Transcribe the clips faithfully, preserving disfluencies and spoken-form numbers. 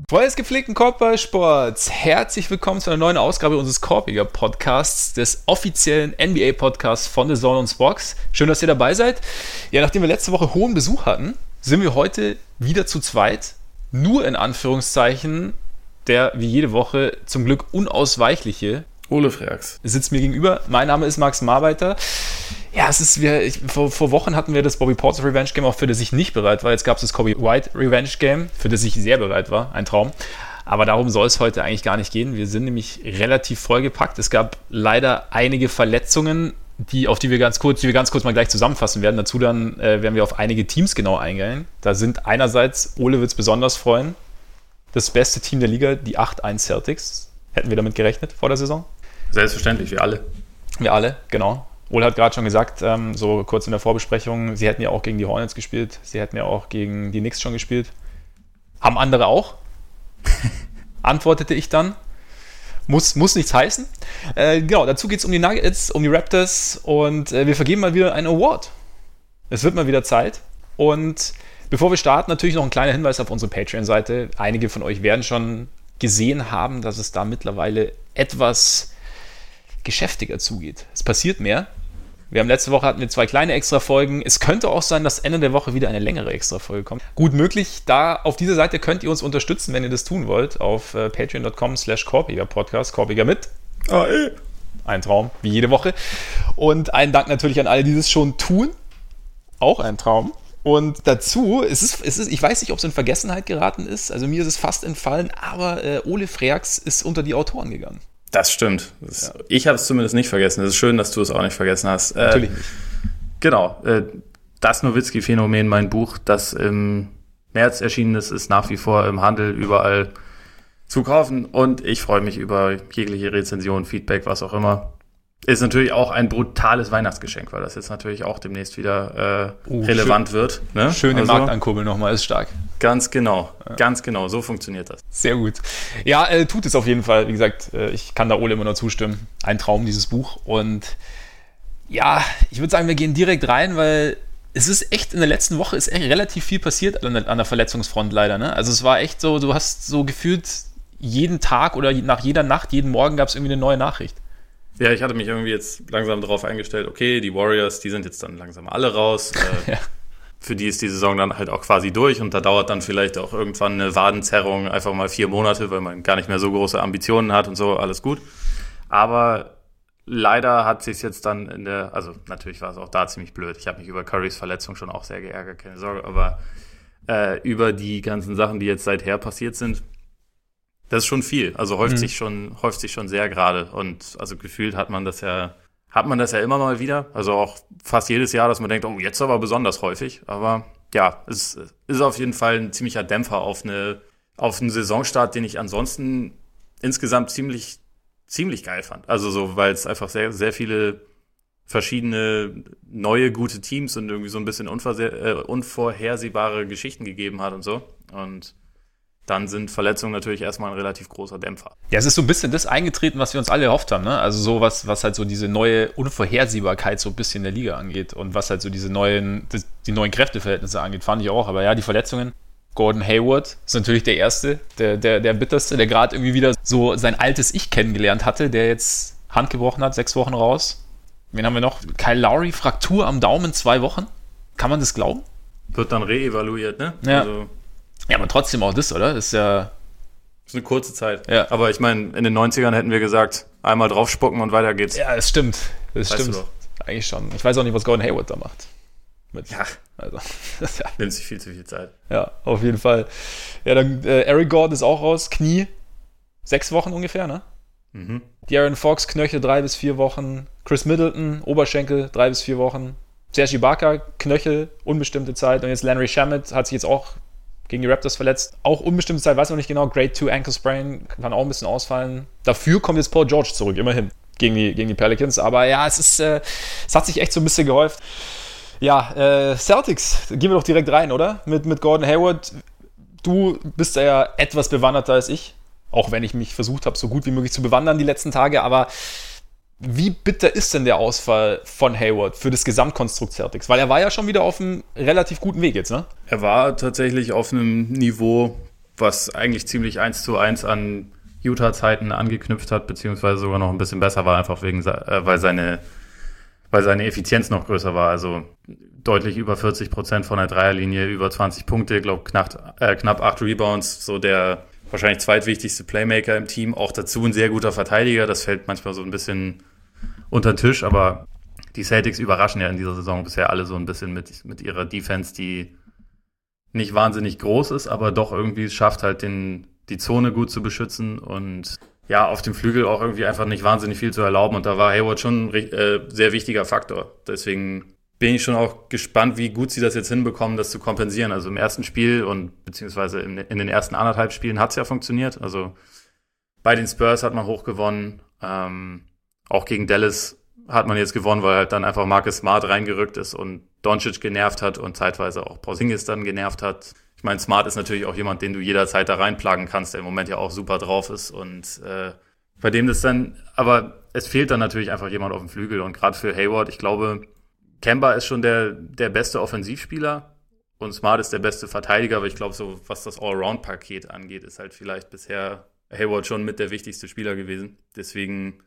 Freunde des gepflegten Korbballsports, herzlich willkommen zu einer neuen Ausgabe unseres Korbiger Podcasts, des offiziellen N B A-Podcasts von The Zone und Spox. Schön, dass ihr dabei seid. Ja, nachdem wir letzte Woche hohen Besuch hatten, sind wir heute wieder zu zweit. Nur in Anführungszeichen der, wie jede Woche, zum Glück unausweichliche Ole Freaks sitzt mir gegenüber. Mein Name ist Max Marbeiter. Ja, es ist, wir, ich, vor, vor Wochen hatten wir das Bobby Portis Revenge Game, auch für das ich nicht bereit war. Jetzt gab es das Kobe White Revenge Game, für das ich sehr bereit war. Ein Traum. Aber darum soll es heute eigentlich gar nicht gehen. Wir sind nämlich relativ vollgepackt. Es gab leider einige Verletzungen, die, auf die wir ganz kurz, die wir ganz kurz mal gleich zusammenfassen werden. Dazu dann äh, werden wir auf einige Teams genau eingehen. Da sind einerseits, Ole wird es besonders freuen, das beste Team der Liga, die acht eins Celtics. Hätten wir damit gerechnet vor der Saison? Selbstverständlich, wir alle. Wir alle, genau. Ole hat gerade schon gesagt, ähm, so kurz in der Vorbesprechung, sie hätten ja auch gegen die Hornets gespielt, sie hätten ja auch gegen die Knicks schon gespielt. Haben andere auch? Antwortete ich dann. Muss, muss nichts heißen. Äh, genau, dazu geht es um die Nuggets, um die Raptors und äh, wir vergeben mal wieder einen Award. Es wird mal wieder Zeit. Und bevor wir starten, natürlich noch ein kleiner Hinweis auf unsere Patreon-Seite. Einige von euch werden schon gesehen haben, dass es da mittlerweile etwas geschäftiger zugeht. Es passiert mehr. Wir haben letzte Woche hatten wir zwei kleine Extra-Folgen. Es könnte auch sein, dass Ende der Woche wieder eine längere Extra-Folge kommt. Gut möglich. Da auf dieser Seite könnt ihr uns unterstützen, wenn ihr das tun wollt, auf äh, patreon.com slash Korbiger Podcast. Korbiger mit. Ah, ey. Ein Traum, wie jede Woche. Und einen Dank natürlich an alle, die das schon tun. Auch ein Traum. Und dazu, es ist, es ist, ich weiß nicht, ob es in Vergessenheit geraten ist. Also mir ist es fast entfallen, aber äh, Ole Freaks ist unter die Autoren gegangen. Das stimmt. Das, ja. Ich habe es zumindest nicht vergessen. Es ist schön, dass du es auch nicht vergessen hast. Äh, Natürlich nicht. Genau. Äh, das Nowitzki-Phänomen, mein Buch, das im März erschienen ist, ist nach wie vor im Handel überall zu kaufen. Und ich freue mich über jegliche Rezension, Feedback, was auch immer. Ist natürlich auch ein brutales Weihnachtsgeschenk, weil das jetzt natürlich auch demnächst wieder äh, uh, relevant schön, wird. Ne? Schön den also, Markt ankurbeln nochmal, ist stark. Ganz genau, ja. ganz genau, so funktioniert das. Sehr gut. Ja, äh, tut es auf jeden Fall. Wie gesagt, äh, ich kann da Ole immer nur zustimmen. Ein Traum, dieses Buch. Und ja, ich würde sagen, wir gehen direkt rein, weil es ist echt, in der letzten Woche ist echt relativ viel passiert an der, an der Verletzungsfront leider. Ne? Also es war echt so, du hast so gefühlt jeden Tag oder nach jeder Nacht, jeden Morgen gab es irgendwie eine neue Nachricht. Ja, ich hatte mich irgendwie jetzt langsam darauf eingestellt, okay, die Warriors, die sind jetzt dann langsam alle raus. Äh, ja. Für die ist die Saison dann halt auch quasi durch und da dauert dann vielleicht auch irgendwann eine Wadenzerrung einfach mal vier Monate, weil man gar nicht mehr so große Ambitionen hat und so, alles gut. Aber leider hat sich jetzt dann in der, also natürlich war es auch da ziemlich blöd. Ich habe mich über Currys Verletzung schon auch sehr geärgert, keine Sorge, aber äh, über die ganzen Sachen, die jetzt seither passiert sind, das ist schon viel. Also häuft mhm. sich schon, häuft sich schon sehr gerade und also gefühlt hat man das ja Hat man das ja immer mal wieder, also auch fast jedes Jahr, dass man denkt, oh, jetzt aber besonders häufig. Aber ja, es ist auf jeden Fall ein ziemlicher Dämpfer auf eine auf einen Saisonstart, den ich ansonsten insgesamt ziemlich ziemlich geil fand. Also so, weil es einfach sehr sehr viele verschiedene neue gute Teams und irgendwie so ein bisschen unverse- äh, unvorhersehbare Geschichten gegeben hat und so. Und dann sind Verletzungen natürlich erstmal ein relativ großer Dämpfer. Ja, es ist so ein bisschen das eingetreten, was wir uns alle erhofft haben, ne? Also so was, was halt so diese neue Unvorhersehbarkeit so ein bisschen der Liga angeht und was halt so diese neuen, die neuen Kräfteverhältnisse angeht, fand ich auch. Aber ja, die Verletzungen. Gordon Hayward ist natürlich der Erste, der, der, der bitterste, der gerade irgendwie wieder so sein altes Ich kennengelernt hatte, der jetzt Hand gebrochen hat, sechs Wochen raus. Wen haben wir noch? Kyle Lowry, Fraktur am Daumen, zwei Wochen. Kann man das glauben? Wird dann reevaluiert, ne? Ja. Also Ja, aber trotzdem auch das, oder? Das ist ja... Das ist eine kurze Zeit. Ja. Aber ich meine, in den neunzigern hätten wir gesagt, einmal draufspucken und weiter geht's. Ja, das stimmt. Das weißt stimmt. Du doch. Eigentlich schon. Ich weiß auch nicht, was Gordon Hayward da macht. Mit. Ja. Also, ja. Nimmt sich viel zu viel Zeit. Ja, auf jeden Fall. Ja, dann äh, Eric Gordon ist auch raus. Knie. Sechs Wochen ungefähr, ne? Mhm. De'Aaron Fox, Knöchel, drei bis vier Wochen. Chris Middleton, Oberschenkel, drei bis vier Wochen. Serge Ibaka, Knöchel, unbestimmte Zeit. Und jetzt Landry Shamet hat sich jetzt auch gegen die Raptors verletzt. Auch unbestimmte Zeit, weiß noch nicht genau. Grade zwei Ankle Sprain, kann auch ein bisschen ausfallen. Dafür kommt jetzt Paul George zurück, immerhin, gegen die, gegen die Pelicans. Aber ja, es ist, äh, es hat sich echt so ein bisschen gehäuft. Ja, äh, Celtics, gehen wir doch direkt rein, oder? Mit, mit Gordon Hayward. Du bist ja etwas bewanderter als ich. Auch wenn ich mich versucht habe, so gut wie möglich zu bewandern die letzten Tage. Aber wie bitter ist denn der Ausfall von Hayward für das Gesamtkonstrukt Celtics? Weil er war ja schon wieder auf einem relativ guten Weg jetzt, ne? Er war tatsächlich auf einem Niveau, was eigentlich ziemlich eins zu eins an Utah-Zeiten angeknüpft hat, beziehungsweise sogar noch ein bisschen besser war, einfach wegen, äh, weil seine, weil seine Effizienz noch größer war. Also deutlich über vierzig Prozent von der Dreierlinie, über zwanzig Punkte, glaube knapp, äh, knapp acht Rebounds, so der wahrscheinlich zweitwichtigste Playmaker im Team. Auch dazu ein sehr guter Verteidiger, das fällt manchmal so ein bisschen unter den Tisch, aber die Celtics überraschen ja in dieser Saison bisher alle so ein bisschen mit, mit ihrer Defense, die nicht wahnsinnig groß ist, aber doch irgendwie es schafft halt den die Zone gut zu beschützen und ja, auf dem Flügel auch irgendwie einfach nicht wahnsinnig viel zu erlauben. Und da war Hayward schon ein äh, sehr wichtiger Faktor. Deswegen bin ich schon auch gespannt, wie gut sie das jetzt hinbekommen, das zu kompensieren. Also im ersten Spiel und beziehungsweise in, in den ersten anderthalb Spielen hat es ja funktioniert. Also bei den Spurs hat man hoch gewonnen. Ähm, auch gegen Dallas hat man jetzt gewonnen, weil halt dann einfach Marcus Smart reingerückt ist und Doncic genervt hat und zeitweise auch Porzingis dann genervt hat. Ich meine, Smart ist natürlich auch jemand, den du jederzeit da reinplagen kannst, der im Moment ja auch super drauf ist und äh, bei dem das dann, aber es fehlt dann natürlich einfach jemand auf dem Flügel und gerade für Hayward, ich glaube, Kemba ist schon der der beste Offensivspieler und Smart ist der beste Verteidiger, aber ich glaube, so was das Allround-Paket angeht, ist halt vielleicht bisher Hayward schon mit der wichtigste Spieler gewesen. Deswegen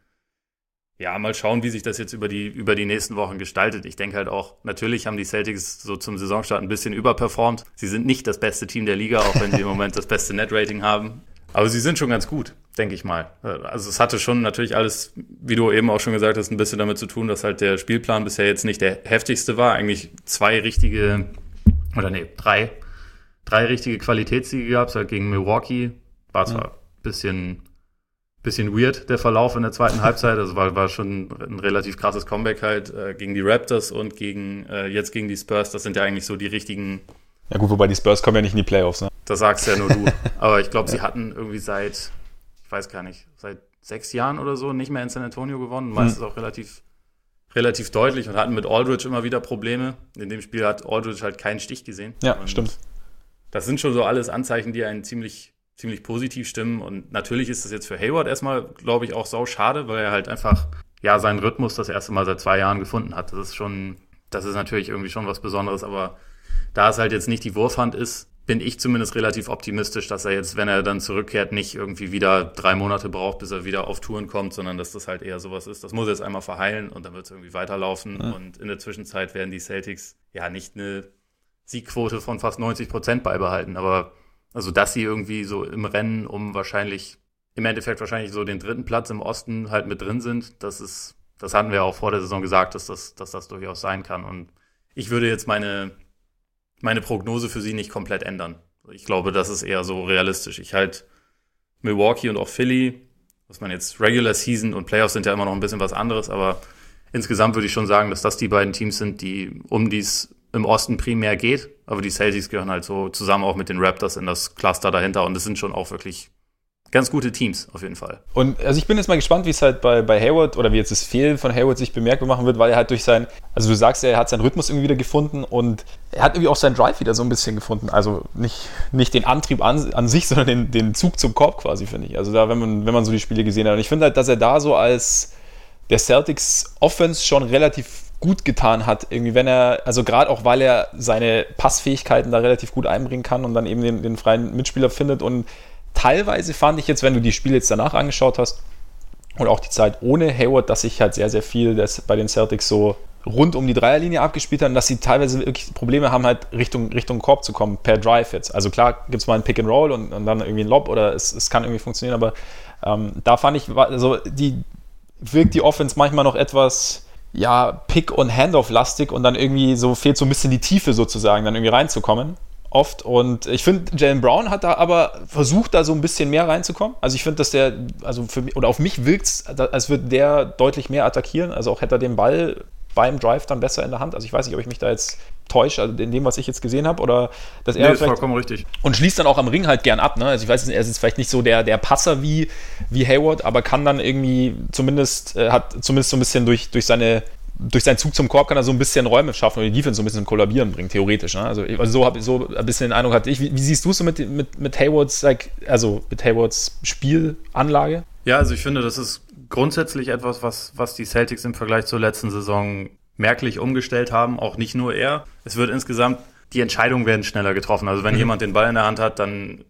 ja, mal schauen, wie sich das jetzt über die über die nächsten Wochen gestaltet. Ich denke halt auch, natürlich haben die Celtics so zum Saisonstart ein bisschen überperformt. Sie sind nicht das beste Team der Liga, auch wenn sie im Moment das beste Net-Rating haben. Aber sie sind schon ganz gut, denke ich mal. Also es hatte schon natürlich alles, wie du eben auch schon gesagt hast, ein bisschen damit zu tun, dass halt der Spielplan bisher jetzt nicht der heftigste war. Eigentlich zwei richtige, oder nee, drei, drei richtige Qualitätssiege gab es halt gegen Milwaukee. War zwar ein bisschen... Bisschen weird, der Verlauf in der zweiten Halbzeit. Also war, war schon ein relativ krasses Comeback halt äh, gegen die Raptors und gegen äh, jetzt gegen die Spurs. Das sind ja eigentlich so die richtigen... Ja gut, wobei die Spurs kommen ja nicht in die Playoffs, ne? Das sagst ja nur du. Aber ich glaube, ja. Sie hatten irgendwie seit, ich weiß gar nicht, seit sechs Jahren oder so nicht mehr in San Antonio gewonnen. Meistens hm. auch relativ, relativ deutlich und hatten mit Aldridge immer wieder Probleme. In dem Spiel hat Aldridge halt keinen Stich gesehen. Ja, und stimmt. Das sind schon so alles Anzeichen, die einen ziemlich... ziemlich positiv stimmen und natürlich ist das jetzt für Hayward erstmal, glaube ich, auch sau schade, weil er halt einfach, ja, seinen Rhythmus das erste Mal seit zwei Jahren gefunden hat. Das ist schon, das ist natürlich irgendwie schon was Besonderes, aber da es halt jetzt nicht die Wurfhand ist, bin ich zumindest relativ optimistisch, dass er jetzt, wenn er dann zurückkehrt, nicht irgendwie wieder drei Monate braucht, bis er wieder auf Touren kommt, sondern dass das halt eher sowas ist. Das muss jetzt einmal verheilen und dann wird es irgendwie weiterlaufen ja. Und in der Zwischenzeit werden die Celtics ja nicht eine Siegquote von fast neunzig Prozent beibehalten, aber also, dass sie irgendwie so im Rennen um wahrscheinlich, im Endeffekt wahrscheinlich so den dritten Platz im Osten halt mit drin sind, das ist, das hatten wir auch vor der Saison gesagt, dass das, dass das durchaus sein kann. Und ich würde jetzt meine, meine Prognose für sie nicht komplett ändern. Ich glaube, das ist eher so realistisch. Ich halte Milwaukee und auch Philly, was man jetzt Regular Season und Playoffs sind ja immer noch ein bisschen was anderes, aber insgesamt würde ich schon sagen, dass das die beiden Teams sind, die um dies im Osten primär geht, aber die Celtics gehören halt so zusammen auch mit den Raptors in das Cluster dahinter und das sind schon auch wirklich ganz gute Teams auf jeden Fall. Und also ich bin jetzt mal gespannt, wie es halt bei, bei Hayward oder wie jetzt das Fehlen von Hayward sich bemerkbar machen wird, weil er halt durch sein, also du sagst ja, er hat seinen Rhythmus irgendwie wieder gefunden und er hat irgendwie auch seinen Drive wieder so ein bisschen gefunden, also nicht, nicht den Antrieb an, an sich, sondern den, den Zug zum Korb quasi, finde ich. Also da, wenn man, wenn man so die Spiele gesehen hat und ich finde halt, dass er da so als der Celtics Offense schon relativ gut getan hat, irgendwie, wenn er, also gerade auch, weil er seine Passfähigkeiten da relativ gut einbringen kann und dann eben den, den freien Mitspieler findet und teilweise fand ich jetzt, wenn du die Spiele jetzt danach angeschaut hast und auch die Zeit ohne Hayward, dass sich halt sehr, sehr viel das bei den Celtics so rund um die Dreierlinie abgespielt hat und dass sie teilweise wirklich Probleme haben, halt Richtung, Richtung Korb zu kommen, per Drive jetzt. Also klar gibt es mal ein Pick and Roll und, und dann irgendwie ein Lob oder es, es kann irgendwie funktionieren, aber ähm, da fand ich, also die wirkt die Offense manchmal noch etwas ja, Pick- und Handoff-lastig und dann irgendwie so fehlt so ein bisschen die Tiefe sozusagen, dann irgendwie reinzukommen, oft. Und ich finde, Jaylen Brown hat da aber versucht, da so ein bisschen mehr reinzukommen. Also ich finde, dass der, also für mich, oder auf mich wirkt es, als würde der deutlich mehr attackieren. Also auch hätte er den Ball beim Drive dann besser in der Hand. Also ich weiß nicht, ob ich mich da jetzt täusche, also in dem, was ich jetzt gesehen habe, oder dass er nee, ist vollkommen richtig. Und schließt dann auch am Ring halt gern ab, ne? Also ich weiß, er ist jetzt vielleicht nicht so der, der Passer wie, wie Hayward, aber kann dann irgendwie zumindest, äh, hat zumindest so ein bisschen durch, durch seine durch seinen Zug zum Korb kann er so ein bisschen Räume schaffen und die Defense so ein bisschen zum Kollabieren bringen, theoretisch. Ne? Also, also so, hab, so ein bisschen den Eindruck hatte ich. Wie, wie siehst du es so mit, mit, mit Haywards, like, also mit Haywards Spielanlage? Ja, also ich finde, das ist grundsätzlich etwas, was, was die Celtics im Vergleich zur letzten Saison merklich umgestellt haben. Auch nicht nur er. Es wird insgesamt, die Entscheidungen werden schneller getroffen. Also wenn mhm. jemand den Ball in der Hand hat, dann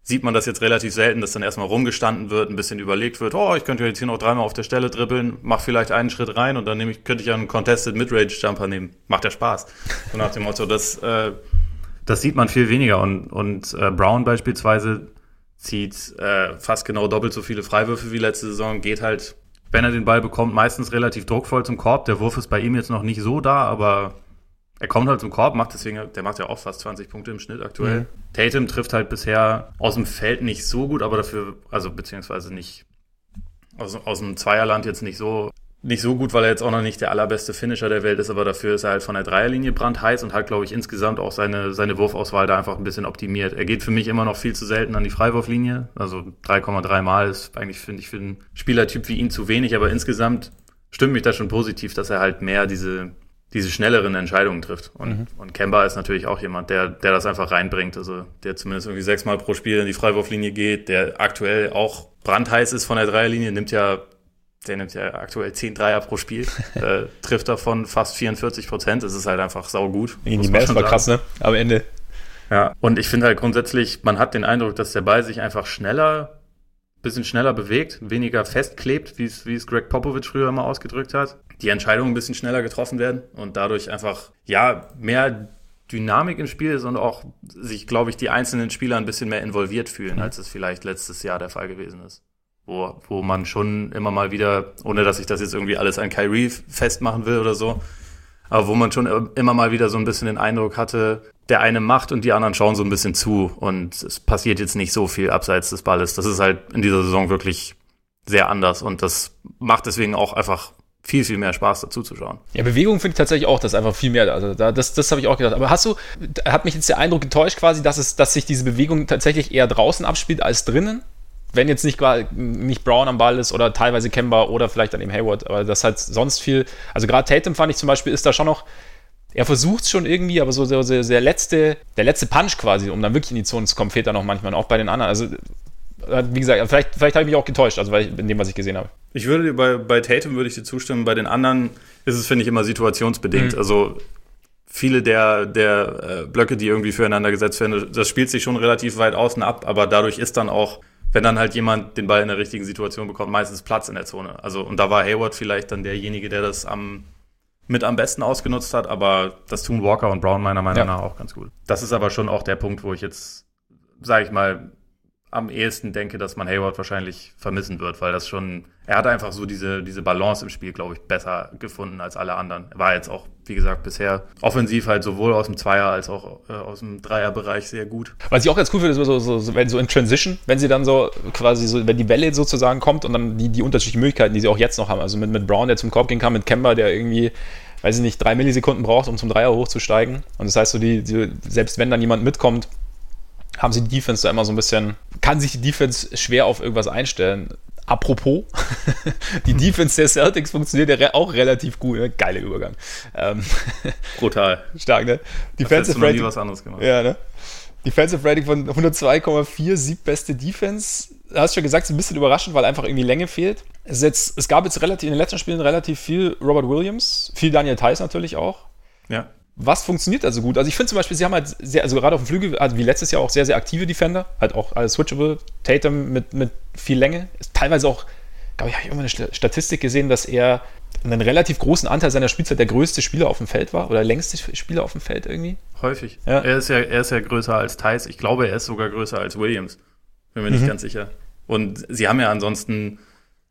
sieht man das jetzt relativ selten, dass dann erstmal rumgestanden wird, ein bisschen überlegt wird, oh, ich könnte jetzt hier noch dreimal auf der Stelle dribbeln, mach vielleicht einen Schritt rein und dann nehme ich, könnte ich ja einen Contested Midrange-Jumper nehmen. Macht ja Spaß. So nach dem Motto, das, äh, das sieht man viel weniger. Und, und äh, Brown beispielsweise zieht äh, fast genau doppelt so viele Freiwürfe wie letzte Saison, geht halt, wenn er den Ball bekommt, meistens relativ druckvoll zum Korb. Der Wurf ist bei ihm jetzt noch nicht so da, aber er kommt halt zum Korb, macht deswegen, der macht ja auch fast zwanzig Punkte im Schnitt aktuell. Mhm. Tatum trifft halt bisher aus dem Feld nicht so gut, aber dafür, also beziehungsweise nicht aus, aus dem Zweierland jetzt nicht so nicht so gut, weil er jetzt auch noch nicht der allerbeste Finisher der Welt ist, aber dafür ist er halt von der Dreierlinie brandheiß und hat, glaube ich, insgesamt auch seine seine Wurfauswahl da einfach ein bisschen optimiert. Er geht für mich immer noch viel zu selten an die Freiwurflinie, also drei Komma drei Mal ist eigentlich, finde ich, für einen Spielertyp wie ihn zu wenig, aber insgesamt stimmt mich das schon positiv, dass er halt mehr diese diese schnelleren Entscheidungen trifft. Und, mhm. und Kemba ist natürlich auch jemand, der der das einfach reinbringt, also der zumindest irgendwie sechsmal pro Spiel in die Freiwurflinie geht, der aktuell auch brandheiß ist von der Dreierlinie, nimmt ja Der nimmt ja aktuell zehn Dreier pro Spiel, äh, trifft davon fast vierundvierzig Prozent. Das ist halt einfach saugut. Die Mails war krass, ne? Am Ende. Ja, und ich finde halt grundsätzlich, man hat den Eindruck, dass der Ball sich einfach schneller, bisschen schneller bewegt, weniger festklebt, wie es wie es Greg Popovich früher immer ausgedrückt hat. Die Entscheidungen ein bisschen schneller getroffen werden und dadurch einfach, ja, mehr Dynamik im Spiel ist und auch sich, glaube ich, die einzelnen Spieler ein bisschen mehr involviert fühlen, mhm. als es vielleicht letztes Jahr der Fall gewesen ist. Wo, wo man schon immer mal wieder, ohne dass ich das jetzt irgendwie alles an Kyrie festmachen will oder so, aber wo man schon immer mal wieder so ein bisschen den Eindruck hatte, der eine macht und die anderen schauen so ein bisschen zu und es passiert jetzt nicht so viel abseits des Balles. Das ist halt in dieser Saison wirklich sehr anders und das macht deswegen auch einfach viel, viel mehr Spaß dazu zu schauen. Ja, Bewegung finde ich tatsächlich auch, das ist einfach viel mehr, also da, das, das habe ich auch gedacht. Aber hast du, hat mich jetzt der Eindruck getäuscht quasi, dass es, dass sich diese Bewegung tatsächlich eher draußen abspielt als drinnen? Wenn jetzt nicht, nicht Brown am Ball ist oder teilweise Kemba oder vielleicht dann eben Hayward, aber das halt sonst viel, also gerade Tatum fand ich zum Beispiel, ist da schon noch, er versucht es schon irgendwie, aber so der, der, der letzte, der letzte Punch quasi, um dann wirklich in die Zone zu kommen, fehlt da noch manchmal, auch bei den anderen. Also wie gesagt, vielleicht, vielleicht habe ich mich auch getäuscht, also weil ich, in dem, was ich gesehen habe. Ich würde dir bei, bei Tatum würde ich dir zustimmen, bei den anderen ist es, finde ich, immer situationsbedingt. Mhm. Also viele der, der äh, Blöcke, die irgendwie füreinander gesetzt werden, das spielt sich schon relativ weit außen ab, aber dadurch ist dann auch, wenn dann halt jemand den Ball in der richtigen Situation bekommt, meistens Platz in der Zone. Also, und da war Hayward vielleicht dann derjenige, der das am, mit am besten ausgenutzt hat, aber das tun Walker und Brown meiner Meinung ja. nach auch ganz gut. Das ist aber schon auch der Punkt, wo ich jetzt, sage ich mal, am ehesten denke, dass man Hayward wahrscheinlich vermissen wird, weil das schon, er hat einfach so diese, diese Balance im Spiel, glaube ich, besser gefunden als alle anderen. Er war jetzt auch, wie gesagt, bisher offensiv halt sowohl aus dem Zweier- als auch äh, aus dem Dreierbereich sehr gut. Was ich auch ganz cool finde, ist so, so, so, wenn so in Transition, wenn sie dann so quasi so, wenn die Welle sozusagen kommt und dann die, die unterschiedlichen Möglichkeiten, die sie auch jetzt noch haben, also mit, mit Brown, der zum Korb gehen kann, mit Kemba, der irgendwie, weiß ich nicht, drei Millisekunden braucht, um zum Dreier hochzusteigen. Und das heißt so, die, die selbst wenn dann jemand mitkommt, haben sie die Defense da immer so ein bisschen, kann sich die Defense schwer auf irgendwas einstellen. Apropos, die Defense der Celtics funktioniert ja auch relativ gut. Ne? Geiler Übergang. Ähm, Brutal. Stark, ne? Defensive Rating. Was anderes gemacht. Ja, ne? Defensive Rating von hundertzwei Komma vier, siebbeste Defense. Du hast schon gesagt, es ist ein bisschen überraschend, weil einfach irgendwie Länge fehlt. Es, ist jetzt, es gab jetzt relativ in den letzten Spielen relativ viel Robert Williams, viel Daniel Theis natürlich auch. Ja. Was funktioniert also gut? Also ich finde zum Beispiel, sie haben halt sehr, also gerade auf dem Flügel, also wie letztes Jahr auch sehr, sehr aktive Defender, halt auch alles switchable, Tatum mit, mit viel Länge, ist teilweise auch, glaube ich, habe ich irgendwann eine Statistik gesehen, dass er einen relativ großen Anteil seiner Spielzeit der größte Spieler auf dem Feld war oder der längste Spieler auf dem Feld irgendwie. Häufig. Ja. Er ist ja, er ist ja größer als Theis, ich glaube, er ist sogar größer als Williams, bin mir mhm. nicht ganz sicher. Und sie haben ja ansonsten,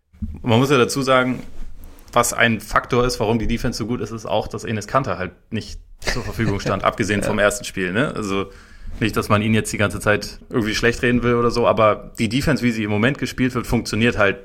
man muss ja dazu sagen, was ein Faktor ist, warum die Defense so gut ist, ist auch, dass Enes Kanter halt nicht zur Verfügung stand, abgesehen ja. vom ersten Spiel. Ne? Also nicht, dass man ihn jetzt die ganze Zeit irgendwie schlecht reden will oder so, aber die Defense, wie sie im Moment gespielt wird, funktioniert halt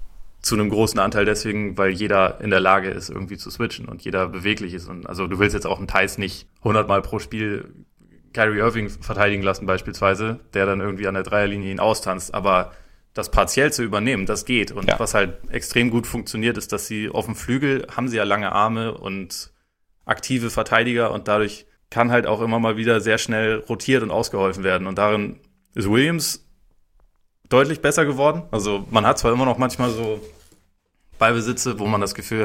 zu einem großen Anteil deswegen, weil jeder in der Lage ist, irgendwie zu switchen und jeder beweglich ist. Und also du willst jetzt auch einen Theis nicht hundert Mal pro Spiel Kyrie Irving verteidigen lassen beispielsweise, der dann irgendwie an der Dreierlinie ihn austanzt, aber das partiell zu übernehmen, das geht. Und ja. was halt extrem gut funktioniert, ist, dass sie auf dem Flügel haben sie ja lange Arme und aktive Verteidiger und dadurch kann halt auch immer mal wieder sehr schnell rotiert und ausgeholfen werden. Und darin ist Williams deutlich besser geworden. Also man hat zwar immer noch manchmal so Ballbesitze, wo man das Gefühl hat,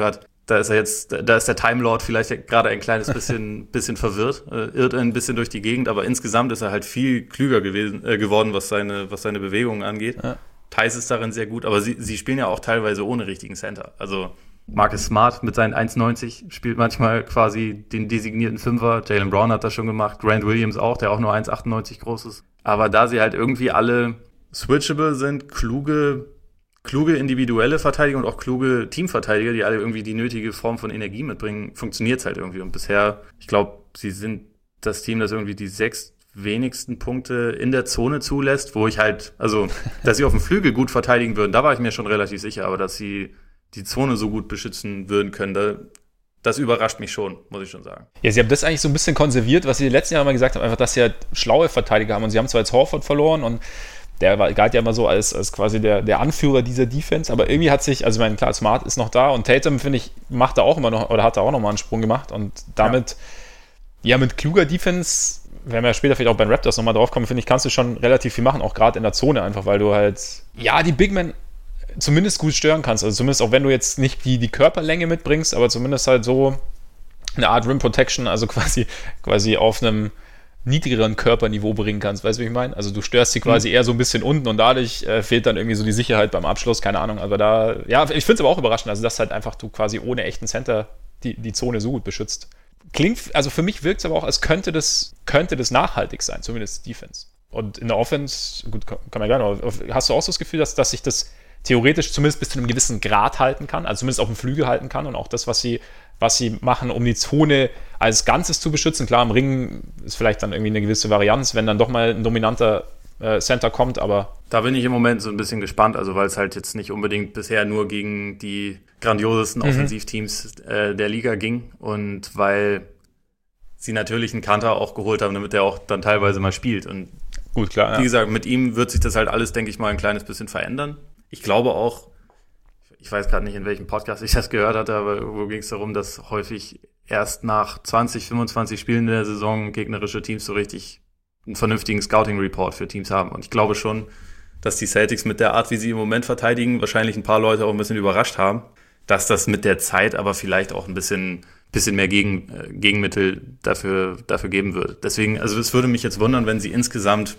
Da ist er jetzt, da ist der Time Lord vielleicht gerade ein kleines bisschen, bisschen verwirrt, äh, irrt ein bisschen durch die Gegend, aber insgesamt ist er halt viel klüger gewesen, äh, geworden, was seine, was seine Bewegungen angeht. Ja. Theis ist darin sehr gut, aber sie, sie spielen ja auch teilweise ohne richtigen Center. Also Marcus Smart mit seinen eins neunzig spielt manchmal quasi den designierten Fünfer. Jaylen Brown hat das schon gemacht, Grant Williams auch, der auch nur eins achtundneunzig groß ist. Aber da sie halt irgendwie alle switchable sind, kluge, kluge individuelle Verteidiger und auch kluge Teamverteidiger, die alle irgendwie die nötige Form von Energie mitbringen, funktioniert es halt irgendwie. Und bisher, ich glaube, sie sind das Team, das irgendwie die sechs wenigsten Punkte in der Zone zulässt, wo ich halt, also, dass sie auf dem Flügel gut verteidigen würden, da war ich mir schon relativ sicher, aber dass sie die Zone so gut beschützen würden können, da, das überrascht mich schon, muss ich schon sagen. Ja, sie haben das eigentlich so ein bisschen konserviert, was sie die letzten Jahre immer gesagt haben, einfach, dass sie halt schlaue Verteidiger haben. Und sie haben zwar jetzt Horford verloren und der war, galt ja immer so als, als quasi der, der Anführer dieser Defense, aber irgendwie hat sich, also ich meine, klar, Smart ist noch da und Tatum, finde ich, macht da auch immer noch, oder hat da auch noch mal einen Sprung gemacht und damit, ja, ja mit kluger Defense, wenn wir später vielleicht auch bei den Raptors nochmal drauf kommen, finde ich, kannst du schon relativ viel machen, auch gerade in der Zone einfach, weil du halt, ja, die Big Men zumindest gut stören kannst. Also zumindest auch wenn du jetzt nicht die, die Körperlänge mitbringst, aber zumindest halt so eine Art Rim Protection, also quasi, quasi auf einem niedrigeren Körperniveau bringen kannst. Weißt du, wie ich meine? Also du störst sie quasi mhm. eher so ein bisschen unten und dadurch äh, fehlt dann irgendwie so die Sicherheit beim Abschluss, keine Ahnung. Aber da, ja, ich finde es aber auch überraschend, also dass halt einfach du quasi ohne echten Center die, die Zone so gut beschützt. Klingt, also für mich wirkt es aber auch, als könnte das, könnte das nachhaltig sein, zumindest Defense. Und in der Offense, gut, kann man gerne, aber hast du auch so das Gefühl, dass, dass sich das theoretisch zumindest bis zu einem gewissen Grad halten kann, also zumindest auf dem Flügel halten kann und auch das, was sie, was sie machen, um die Zone als Ganzes zu beschützen. Klar, im Ring ist vielleicht dann irgendwie eine gewisse Varianz, wenn dann doch mal ein dominanter äh, Center kommt, aber... Da bin ich im Moment so ein bisschen gespannt, also weil es halt jetzt nicht unbedingt bisher nur gegen die grandiosesten mhm. Offensivteams äh, der Liga ging und weil sie natürlich einen Kanter auch geholt haben, damit der auch dann teilweise mal spielt. Und gut, klar. Wie ja. gesagt, mit ihm wird sich das halt alles, denke ich mal, ein kleines bisschen verändern. Ich glaube auch, ich weiß gerade nicht, in welchem Podcast ich das gehört hatte, aber irgendwo ging es darum, dass häufig erst nach zwanzig, fünfundzwanzig Spielen in der Saison gegnerische Teams so richtig einen vernünftigen Scouting-Report für Teams haben. Und ich glaube schon, dass die Celtics mit der Art, wie sie im Moment verteidigen, wahrscheinlich ein paar Leute auch ein bisschen überrascht haben, dass das mit der Zeit aber vielleicht auch ein bisschen, bisschen mehr Gegen, äh, Gegenmittel dafür, dafür geben würde. Deswegen, also es würde mich jetzt wundern, wenn sie insgesamt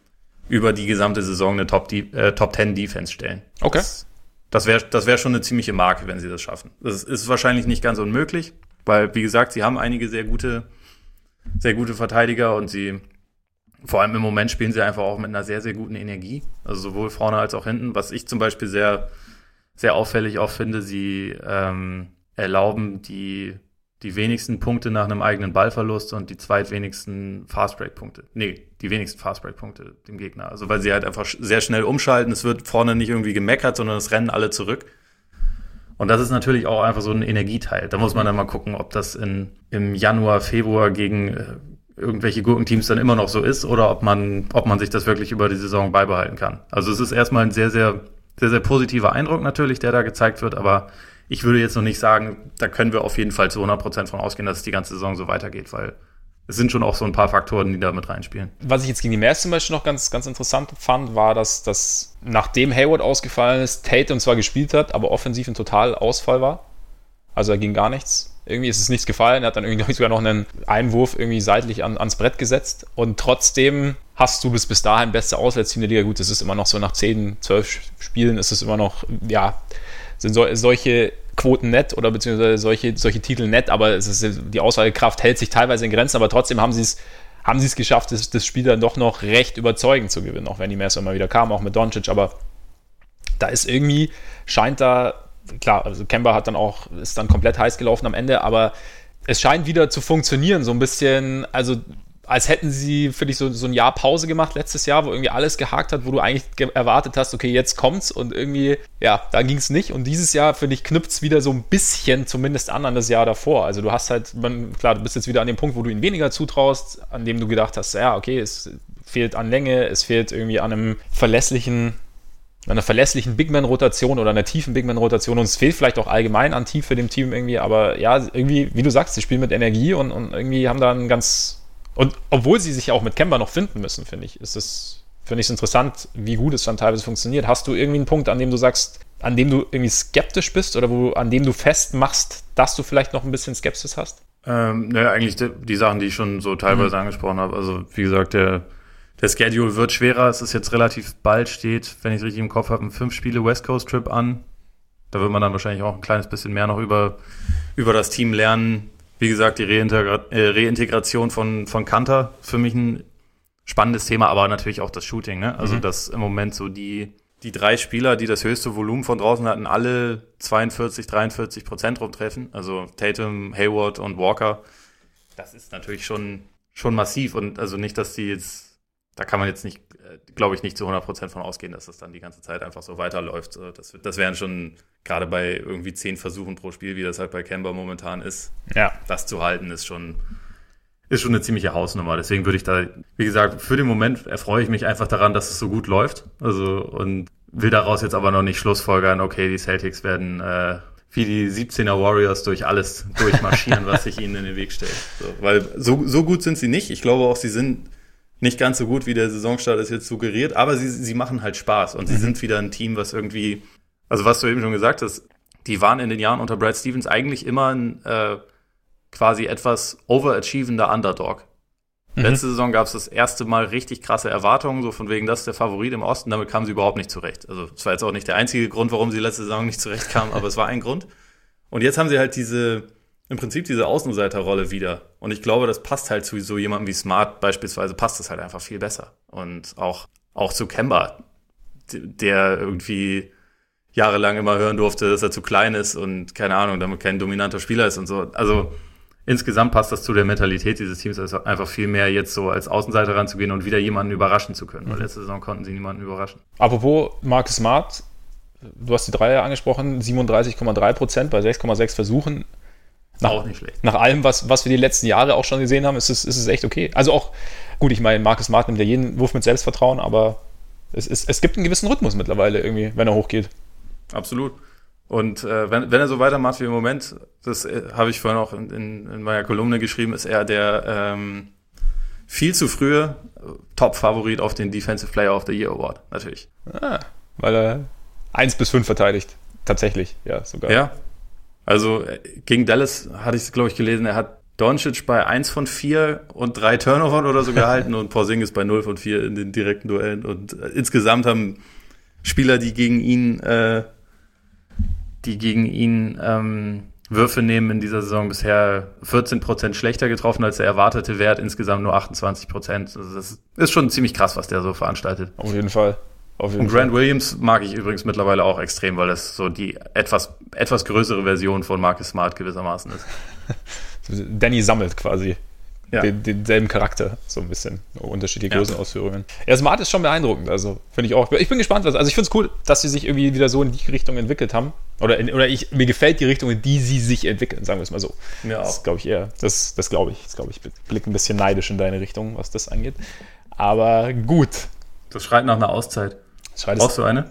über die gesamte Saison eine Top, äh, Top zehn Defense stellen. Okay. Das, das wäre das wär schon eine ziemliche Marke, wenn sie das schaffen. Das ist wahrscheinlich nicht ganz unmöglich, weil, wie gesagt, sie haben einige sehr gute, sehr gute Verteidiger und sie, vor allem im Moment spielen sie einfach auch mit einer sehr, sehr guten Energie. Also sowohl vorne als auch hinten. Was ich zum Beispiel sehr, sehr auffällig auch finde, sie ähm, erlauben die die wenigsten Punkte nach einem eigenen Ballverlust und die zweitwenigsten Fastbreak-Punkte. Nee, die wenigsten Fastbreak-Punkte dem Gegner. Also weil sie halt einfach sehr schnell umschalten. Es wird vorne nicht irgendwie gemeckert, sondern es rennen alle zurück. Und das ist natürlich auch einfach so ein Energieteil. Da muss man dann mal gucken, ob das in, im Januar, Februar gegen äh, irgendwelche Gurkenteams dann immer noch so ist oder ob man, ob man sich das wirklich über die Saison beibehalten kann. Also es ist erstmal ein sehr, sehr, sehr, sehr positiver Eindruck natürlich, der da gezeigt wird, aber ich würde jetzt noch nicht sagen, da können wir auf jeden Fall zu hundert Prozent von ausgehen, dass es die ganze Saison so weitergeht, weil es sind schon auch so ein paar Faktoren, die da mit reinspielen. Was ich jetzt gegen die Mavs zum Beispiel noch ganz, ganz interessant fand, war, dass, dass nachdem Hayward ausgefallen ist, Tatum zwar gespielt hat, aber offensiv ein Totalausfall war. Also da ging gar nichts. Irgendwie ist es nichts gefallen. Er hat dann irgendwie sogar noch einen Einwurf irgendwie seitlich an, ans Brett gesetzt. Und trotzdem hast du bis, bis dahin beste Auswärtsteam der Liga. Gut, das ist immer noch so nach zehn, zwölf Spielen ist es immer noch, ja, sind so, solche Quoten nett oder beziehungsweise solche, solche Titel nett, aber es ist, die Aussagekraft hält sich teilweise in Grenzen, aber trotzdem haben sie es haben sie es geschafft, das, das Spiel dann doch noch recht überzeugend zu gewinnen, auch wenn die Mavs immer wieder kamen, auch mit Doncic, aber da ist irgendwie, scheint da, klar, also Kemba hat dann auch, ist dann komplett heiß gelaufen am Ende, aber es scheint wieder zu funktionieren, so ein bisschen, also als hätten sie für dich so, so ein Jahr Pause gemacht letztes Jahr, wo irgendwie alles gehakt hat, wo du eigentlich ge- erwartet hast, okay, jetzt kommt's und irgendwie, ja, da ging's nicht. Und dieses Jahr, finde ich, knüpft's wieder so ein bisschen zumindest an an das Jahr davor. Also du hast halt, man, klar, du bist jetzt wieder an dem Punkt, wo du ihnen weniger zutraust, an dem du gedacht hast, ja, okay, es fehlt an Länge, es fehlt irgendwie an einem verlässlichen, einer verlässlichen Big-Man-Rotation oder einer tiefen Big-Man-Rotation und es fehlt vielleicht auch allgemein an Tiefe dem Team irgendwie, aber ja, irgendwie, wie du sagst, sie spielen mit Energie und, und irgendwie haben da einen ganz. Und obwohl sie sich ja auch mit Kemba noch finden müssen, finde ich, ist es, finde ich es interessant, wie gut es dann teilweise funktioniert. Hast du irgendwie einen Punkt, an dem du sagst, an dem du irgendwie skeptisch bist oder wo, an dem du festmachst, dass du vielleicht noch ein bisschen Skepsis hast? Ähm, naja, eigentlich die, die Sachen, die ich schon so teilweise mhm. angesprochen habe. Also wie gesagt, der, der Schedule wird schwerer. Es ist jetzt relativ bald, steht, wenn ich es richtig im Kopf habe, ein fünf Spiele West Coast Trip an. Da wird man dann wahrscheinlich auch ein kleines bisschen mehr noch über, über das Team lernen. Wie gesagt, die Reintegra- äh, Reintegration von, von Kanter, für mich ein spannendes Thema, aber natürlich auch das Shooting. Ne? Also mhm. dass im Moment so die Die drei Spieler, die das höchste Volumen von draußen hatten, alle zweiundvierzig, dreiundvierzig Prozent rumtreffen. Also Tatum, Hayward und Walker. Das ist natürlich schon, schon massiv. Und also nicht, dass die jetzt, da kann man jetzt nicht, glaube ich, nicht zu hundert Prozent von ausgehen, dass das dann die ganze Zeit einfach so weiterläuft. Das, das wären schon, gerade bei irgendwie zehn Versuchen pro Spiel, wie das halt bei Kemba momentan ist, ja. das zu halten, ist schon, ist schon eine ziemliche Hausnummer. Deswegen würde ich da, wie gesagt, für den Moment erfreue ich mich einfach daran, dass es so gut läuft. Also, und will daraus jetzt aber noch nicht schlussfolgern, okay, die Celtics werden äh, wie die siebzehner Warriors durch alles durchmarschieren, was sich ihnen in den Weg stellt. So, weil so, so gut sind sie nicht. Ich glaube auch, sie sind nicht ganz so gut, wie der Saisonstart es jetzt suggeriert, aber sie, sie machen halt Spaß und mhm. sie sind wieder ein Team, was irgendwie, also was du eben schon gesagt hast, die waren in den Jahren unter Brad Stevens eigentlich immer ein äh, quasi etwas overachievender Underdog. Mhm. Letzte Saison gab es das erste Mal richtig krasse Erwartungen, so von wegen, das ist der Favorit im Osten, damit kamen sie überhaupt nicht zurecht. Also es war jetzt auch nicht der einzige Grund, warum sie letzte Saison nicht zurechtkamen, aber es war ein Grund. Und jetzt haben sie halt diese, im Prinzip diese Außenseiterrolle wieder. Und ich glaube, das passt halt zu so jemandem wie Smart beispielsweise, passt das halt einfach viel besser. Und auch, auch zu Kemba, der irgendwie jahrelang immer hören durfte, dass er zu klein ist und keine Ahnung, damit kein dominanter Spieler ist und so. Also insgesamt passt das zu der Mentalität dieses Teams, also einfach viel mehr jetzt so als Außenseiter ranzugehen und wieder jemanden überraschen zu können. Mhm. Weil letzte Saison konnten sie niemanden überraschen. Apropos Marcus Smart, du hast die Dreier angesprochen, siebenunddreißig Komma drei Prozent bei sechs Komma sechs Versuchen. Nach, auch nicht schlecht. Nach allem, was, was wir die letzten Jahre auch schon gesehen haben, ist es, ist es echt okay. Also auch, gut, ich meine, Marcus Smart nimmt ja jeden Wurf mit Selbstvertrauen, aber es, ist, es gibt einen gewissen Rhythmus mittlerweile irgendwie, wenn er hochgeht. Absolut. Und äh, wenn, wenn er so weitermacht wie im Moment, das äh, habe ich vorhin auch in, in, in meiner Kolumne geschrieben, ist er der ähm, viel zu frühe Top-Favorit auf den Defensive Player of the Year Award, natürlich. Ah, weil er eins bis fünf verteidigt. Tatsächlich, ja, sogar. Ja, also gegen Dallas hatte ich es, glaube ich, gelesen, er hat Doncic bei eins von vier und drei Turnovern oder so gehalten und Porzingis bei null von vier in den direkten Duellen. Und äh, insgesamt haben Spieler, die gegen ihn äh, die gegen ihn ähm, Würfe nehmen in dieser Saison bisher vierzehn Prozent schlechter getroffen als der erwartete Wert, insgesamt nur achtundzwanzig Prozent. Also das ist schon ziemlich krass, was der so veranstaltet. Auf jeden Fall. Auf jeden Und Grant Fall. Williams mag ich übrigens mittlerweile auch extrem, weil das so die etwas, etwas größere Version von Marcus Smart gewissermaßen ist. Danny sammelt quasi ja. den, denselben Charakter, so ein bisschen. Unterschiedliche Größenausführungen. Ja. ja, Smart ist schon beeindruckend, also finde ich auch. Ich bin gespannt, was, also ich finde es cool, dass sie sich irgendwie wieder so in die Richtung entwickelt haben. Oder, in, oder ich, mir gefällt die Richtung, in die sie sich entwickeln, sagen wir es mal so. Ja, das glaube ich eher. Das, das glaube ich. Das glaube ich. Ich blicke ein bisschen neidisch in deine Richtung, was das angeht. Aber gut. Das schreit nach einer Auszeit. Brauchst du eine?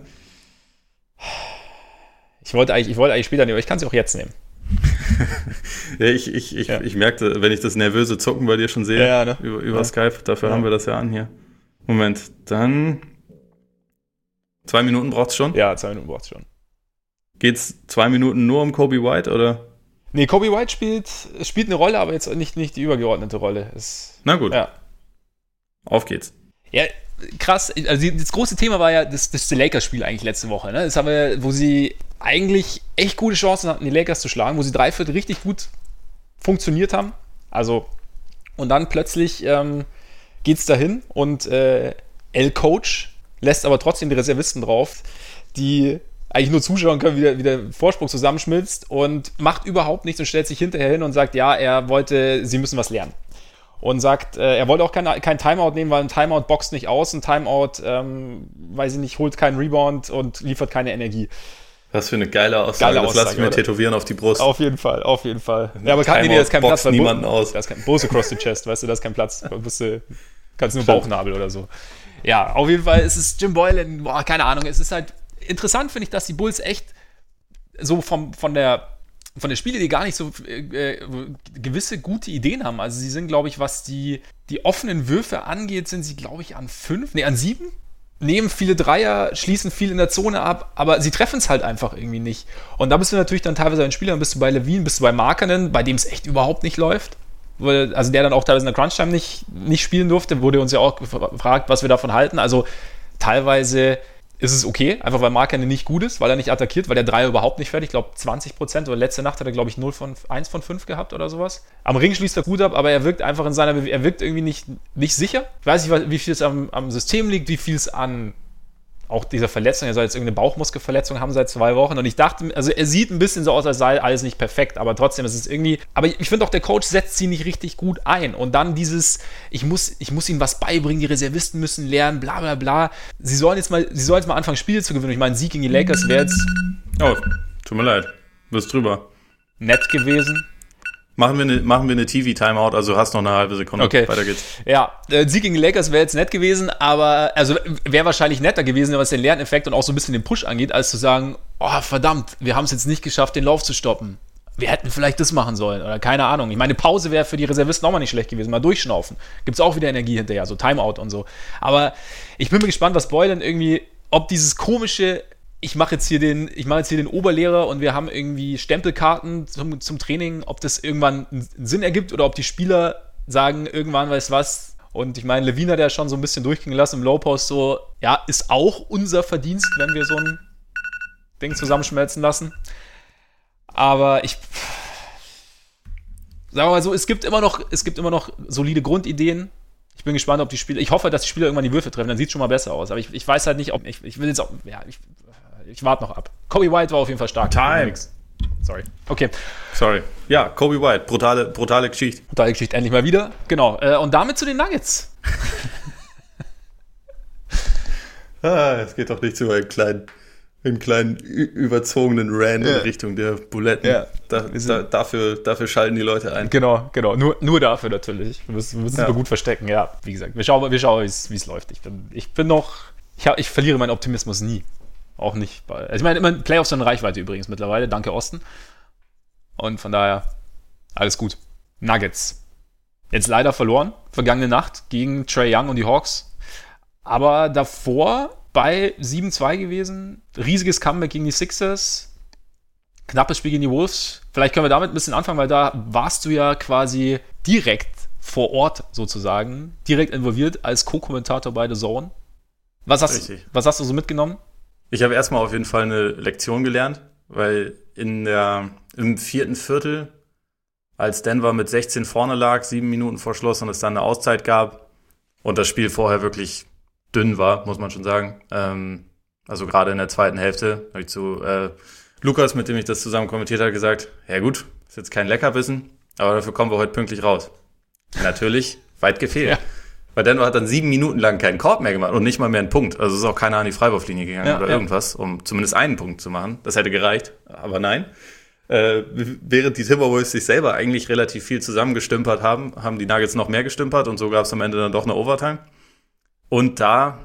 Ich wollte eigentlich, ich wollte eigentlich später nehmen, aber ich kann sie auch jetzt nehmen. ja, ich, ich, ich, ja. ich merkte, wenn ich das nervöse Zucken bei dir schon sehe, ja, ne? über, über ja. Skype, dafür ja. haben wir das ja an hier. Moment, dann zwei Minuten braucht's schon? Ja, zwei Minuten braucht's schon. Geht's zwei Minuten nur um Kobe White, oder? Nee, Kobe White spielt, spielt eine Rolle, aber jetzt nicht, nicht die übergeordnete Rolle. Es, Na gut. Ja. Auf geht's. Ja, krass. Also das große Thema war ja das, das Lakers-Spiel eigentlich letzte Woche. Ne? Das haben wir, wo sie eigentlich echt gute Chancen hatten, die Lakers zu schlagen, wo sie drei Viertel richtig gut funktioniert haben. Also, und dann plötzlich ähm, geht's dahin und äh, L-Coach lässt aber trotzdem die Reservisten drauf, die eigentlich nur zuschauen können, wie der, wie der Vorsprung zusammenschmilzt und macht überhaupt nichts und stellt sich hinterher hin und sagt, ja, er wollte, sie müssen was lernen. Und sagt, äh, er wollte auch kein, kein Timeout nehmen, weil ein Timeout boxt nicht aus, ein Timeout, ähm, weiß ich nicht, holt keinen Rebound und liefert keine Energie. Was für eine geile Aussage, geile das lasse ich mir oder? tätowieren auf die Brust. Auf jeden Fall, auf jeden Fall. Ja, aber kann, nee, das ist kein Platz. Niemanden aus. Das ist kein Bose across the chest, weißt du, das ist kein Platz. Du musst, kannst nur Bauchnabel oder so. Ja, auf jeden Fall ist es Jim Boylan, boah, keine Ahnung, es ist halt interessant, finde ich, dass die Bulls echt so vom, von der von der Spiele, die gar nicht so äh, gewisse gute Ideen haben. Also sie sind, glaube ich, was die, die offenen Würfe angeht, sind sie, glaube ich, an fünf, nee, an sieben. nehmen viele Dreier, schließen viel in der Zone ab, aber sie treffen es halt einfach irgendwie nicht. Und da bist du natürlich dann teilweise ein Spieler, dann bist du bei Levine, bist du bei Markkanen, bei dem es echt überhaupt nicht läuft. Also der dann auch teilweise in der Crunch-Time nicht, nicht spielen durfte, wurde uns ja auch gefragt, was wir davon halten. Also teilweise ist es okay, einfach weil Markkanen nicht gut ist, weil er nicht attackiert, weil der Dreier überhaupt nicht fährt. Ich glaube zwanzig Prozent oder letzte Nacht hat er, glaube ich, null von eins von fünf gehabt oder sowas. Am Ring schließt er gut ab, aber er wirkt einfach in seiner, Bewe- er wirkt irgendwie nicht, nicht sicher. Ich weiß nicht, wie viel es am, am System liegt, wie viel es an auch dieser Verletzung, er soll jetzt irgendeine Bauchmuskelverletzung haben seit zwei Wochen und ich dachte, also er sieht ein bisschen so aus, als sei alles nicht perfekt, aber trotzdem ist es irgendwie, aber ich finde auch, der Coach setzt sie nicht richtig gut ein und dann dieses, ich muss, ich muss ihnen was beibringen, die Reservisten müssen lernen, bla bla bla, sie sollen jetzt mal, sie sollen jetzt mal anfangen, Spiele zu gewinnen. Ich meine, Sieg gegen die Lakers wäre jetzt Oh, tut mir leid, du bist drüber. Nett gewesen. Machen wir eine, machen wir eine T V-Timeout, also hast noch eine halbe Sekunde. Okay. Weiter geht's. Ja, äh, Sieg gegen die Lakers wäre jetzt nett gewesen, aber, also wäre wahrscheinlich netter gewesen, was den Lerneffekt und auch so ein bisschen den Push angeht, als zu sagen, oh verdammt, wir haben es jetzt nicht geschafft, den Lauf zu stoppen. Wir hätten vielleicht das machen sollen oder keine Ahnung. Ich meine, Pause wäre für die Reservisten auch mal nicht schlecht gewesen, mal durchschnaufen. Gibt's auch wieder Energie hinterher, so Timeout und so. Aber ich bin mir gespannt, was Boylan irgendwie, ob dieses komische, ich mache jetzt hier den, ich mache jetzt hier den Oberlehrer und wir haben irgendwie Stempelkarten zum, zum Training, ob das irgendwann einen Sinn ergibt oder ob die Spieler sagen, irgendwann, weißt was, und ich meine, Levine hat ja schon so ein bisschen durchgehen lassen im Low-Post, so, ja, ist auch unser Verdienst, wenn wir so ein Ding zusammenschmelzen lassen. Aber ich, sagen wir mal so, es gibt immer noch, es gibt immer noch solide Grundideen. Ich bin gespannt, ob die Spieler, ich hoffe, dass die Spieler irgendwann die Würfe treffen, dann sieht es schon mal besser aus. Aber ich, ich weiß halt nicht, ob, ich, ich will jetzt auch, ja, ich, ich warte noch ab. Kobe White war auf jeden Fall stark. Time. Sorry. Okay. Sorry. Ja, Kobe White, brutale, brutale Geschichte. Brutale Geschichte, endlich mal wieder. Genau. Und damit zu den Nuggets. Ah, es geht doch nicht zu einem kleinen, einem kleinen ü- überzogenen Rant ja. in Richtung der Buletten. Ja. Da, da, dafür, dafür schalten die Leute ein. Genau, genau. Nur, nur dafür natürlich. Wir müssen, wir müssen ja. es nur gut verstecken. Ja, wie gesagt, wir schauen, wir schauen wie es läuft. Ich bin, ich bin noch, ich, hab, ich verliere meinen Optimismus nie. Auch nicht. Bei, also ich meine, immer Playoffs sind eine Reichweite übrigens mittlerweile. Danke, Osten. Und von daher, alles gut. Nuggets. Jetzt leider verloren. Vergangene Nacht gegen Trae Young und die Hawks. Aber davor bei sieben zwei gewesen. Riesiges Comeback gegen die Sixers. Knappes Spiel gegen die Wolves. Vielleicht können wir damit ein bisschen anfangen, weil da warst du ja quasi direkt vor Ort sozusagen. Direkt involviert als Co-Kommentator bei The Zone. Was hast, was hast du so mitgenommen? Ich habe erstmal auf jeden Fall eine Lektion gelernt, weil in der, im vierten Viertel, als Denver mit sechzehn vorne lag, sieben Minuten vor Schluss und es dann eine Auszeit gab und das Spiel vorher wirklich dünn war, muss man schon sagen. Ähm, also gerade in der zweiten Hälfte habe ich zu äh, Lukas, mit dem ich das zusammen kommentiert habe, gesagt, ja gut, ist jetzt kein Leckerbissen, aber dafür kommen wir heute pünktlich raus. Natürlich, weit gefehlt. Ja. Weil Denver hat dann sieben Minuten lang keinen Korb mehr gemacht und nicht mal mehr einen Punkt. Also ist auch keiner an die Freiwurflinie gegangen ja, oder ja. irgendwas, um zumindest einen Punkt zu machen. Das hätte gereicht, aber nein. Äh, während die Timberwolves sich selber eigentlich relativ viel zusammengestümpert haben, haben die Nuggets noch mehr gestümpert und so gab es am Ende dann doch eine Overtime. Und da,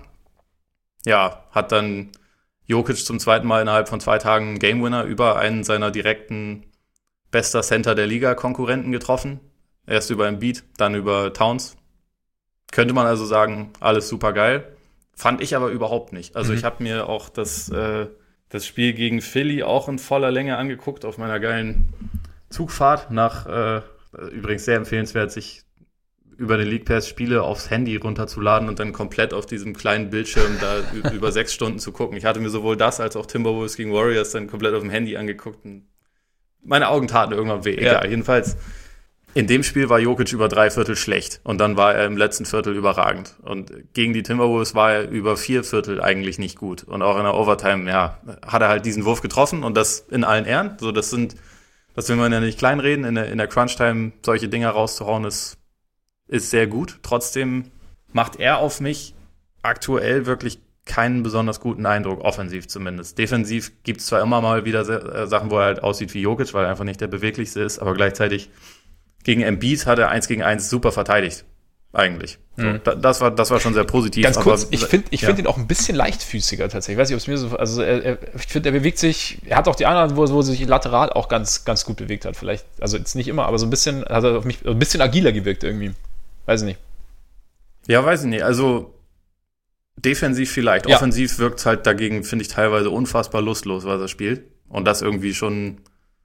ja, hat dann Jokic zum zweiten Mal innerhalb von zwei Tagen einen Game Winner über einen seiner direkten bester Center der Liga-Konkurrenten getroffen. Erst über Embiid, dann über Towns. Könnte man also sagen, alles super geil. Fand ich aber überhaupt nicht. Also mhm. ich habe mir auch das, äh, das Spiel gegen Philly auch in voller Länge angeguckt auf meiner geilen Zugfahrt nach, äh, übrigens sehr empfehlenswert, sich über den League Pass Spiele aufs Handy runterzuladen und dann komplett auf diesem kleinen Bildschirm da über sechs Stunden zu gucken. Ich hatte mir sowohl das als auch Timberwolves gegen Warriors dann komplett auf dem Handy angeguckt und meine Augen taten irgendwann weh. Egal, ja. Jedenfalls in dem Spiel war Jokic über drei Viertel schlecht und dann war er im letzten Viertel überragend. Und gegen die Timberwolves war er über vier Viertel eigentlich nicht gut. Und auch in der Overtime, ja, hat er halt diesen Wurf getroffen und das in allen Ehren. So, das sind, das will man ja nicht kleinreden, in der, in der Crunch-Time solche Dinger rauszuhauen, ist, ist sehr gut. Trotzdem macht er auf mich aktuell wirklich keinen besonders guten Eindruck, offensiv zumindest. Defensiv gibt es zwar immer mal wieder Sachen, wo er halt aussieht wie Jokic, weil er einfach nicht der beweglichste ist, aber gleichzeitig gegen Embiid hat er eins gegen eins super verteidigt, eigentlich. So, mhm. da, das war das war schon sehr positiv. Ganz kurz, aber, ich finde ich ja. find ihn auch ein bisschen leichtfüßiger tatsächlich. Ich weiß nicht, ob es mir so, also er, er, ich finde, er bewegt sich, er hat auch die anderen, wo, wo er sich lateral auch ganz, ganz gut bewegt hat, vielleicht, also jetzt nicht immer, aber so ein bisschen, hat er auf mich ein bisschen agiler gewirkt irgendwie. Weiß ich nicht. Ja, weiß ich nicht, also defensiv vielleicht. Ja. Offensiv wirkt es halt dagegen, finde ich, teilweise unfassbar lustlos, was er spielt. Und das irgendwie schon,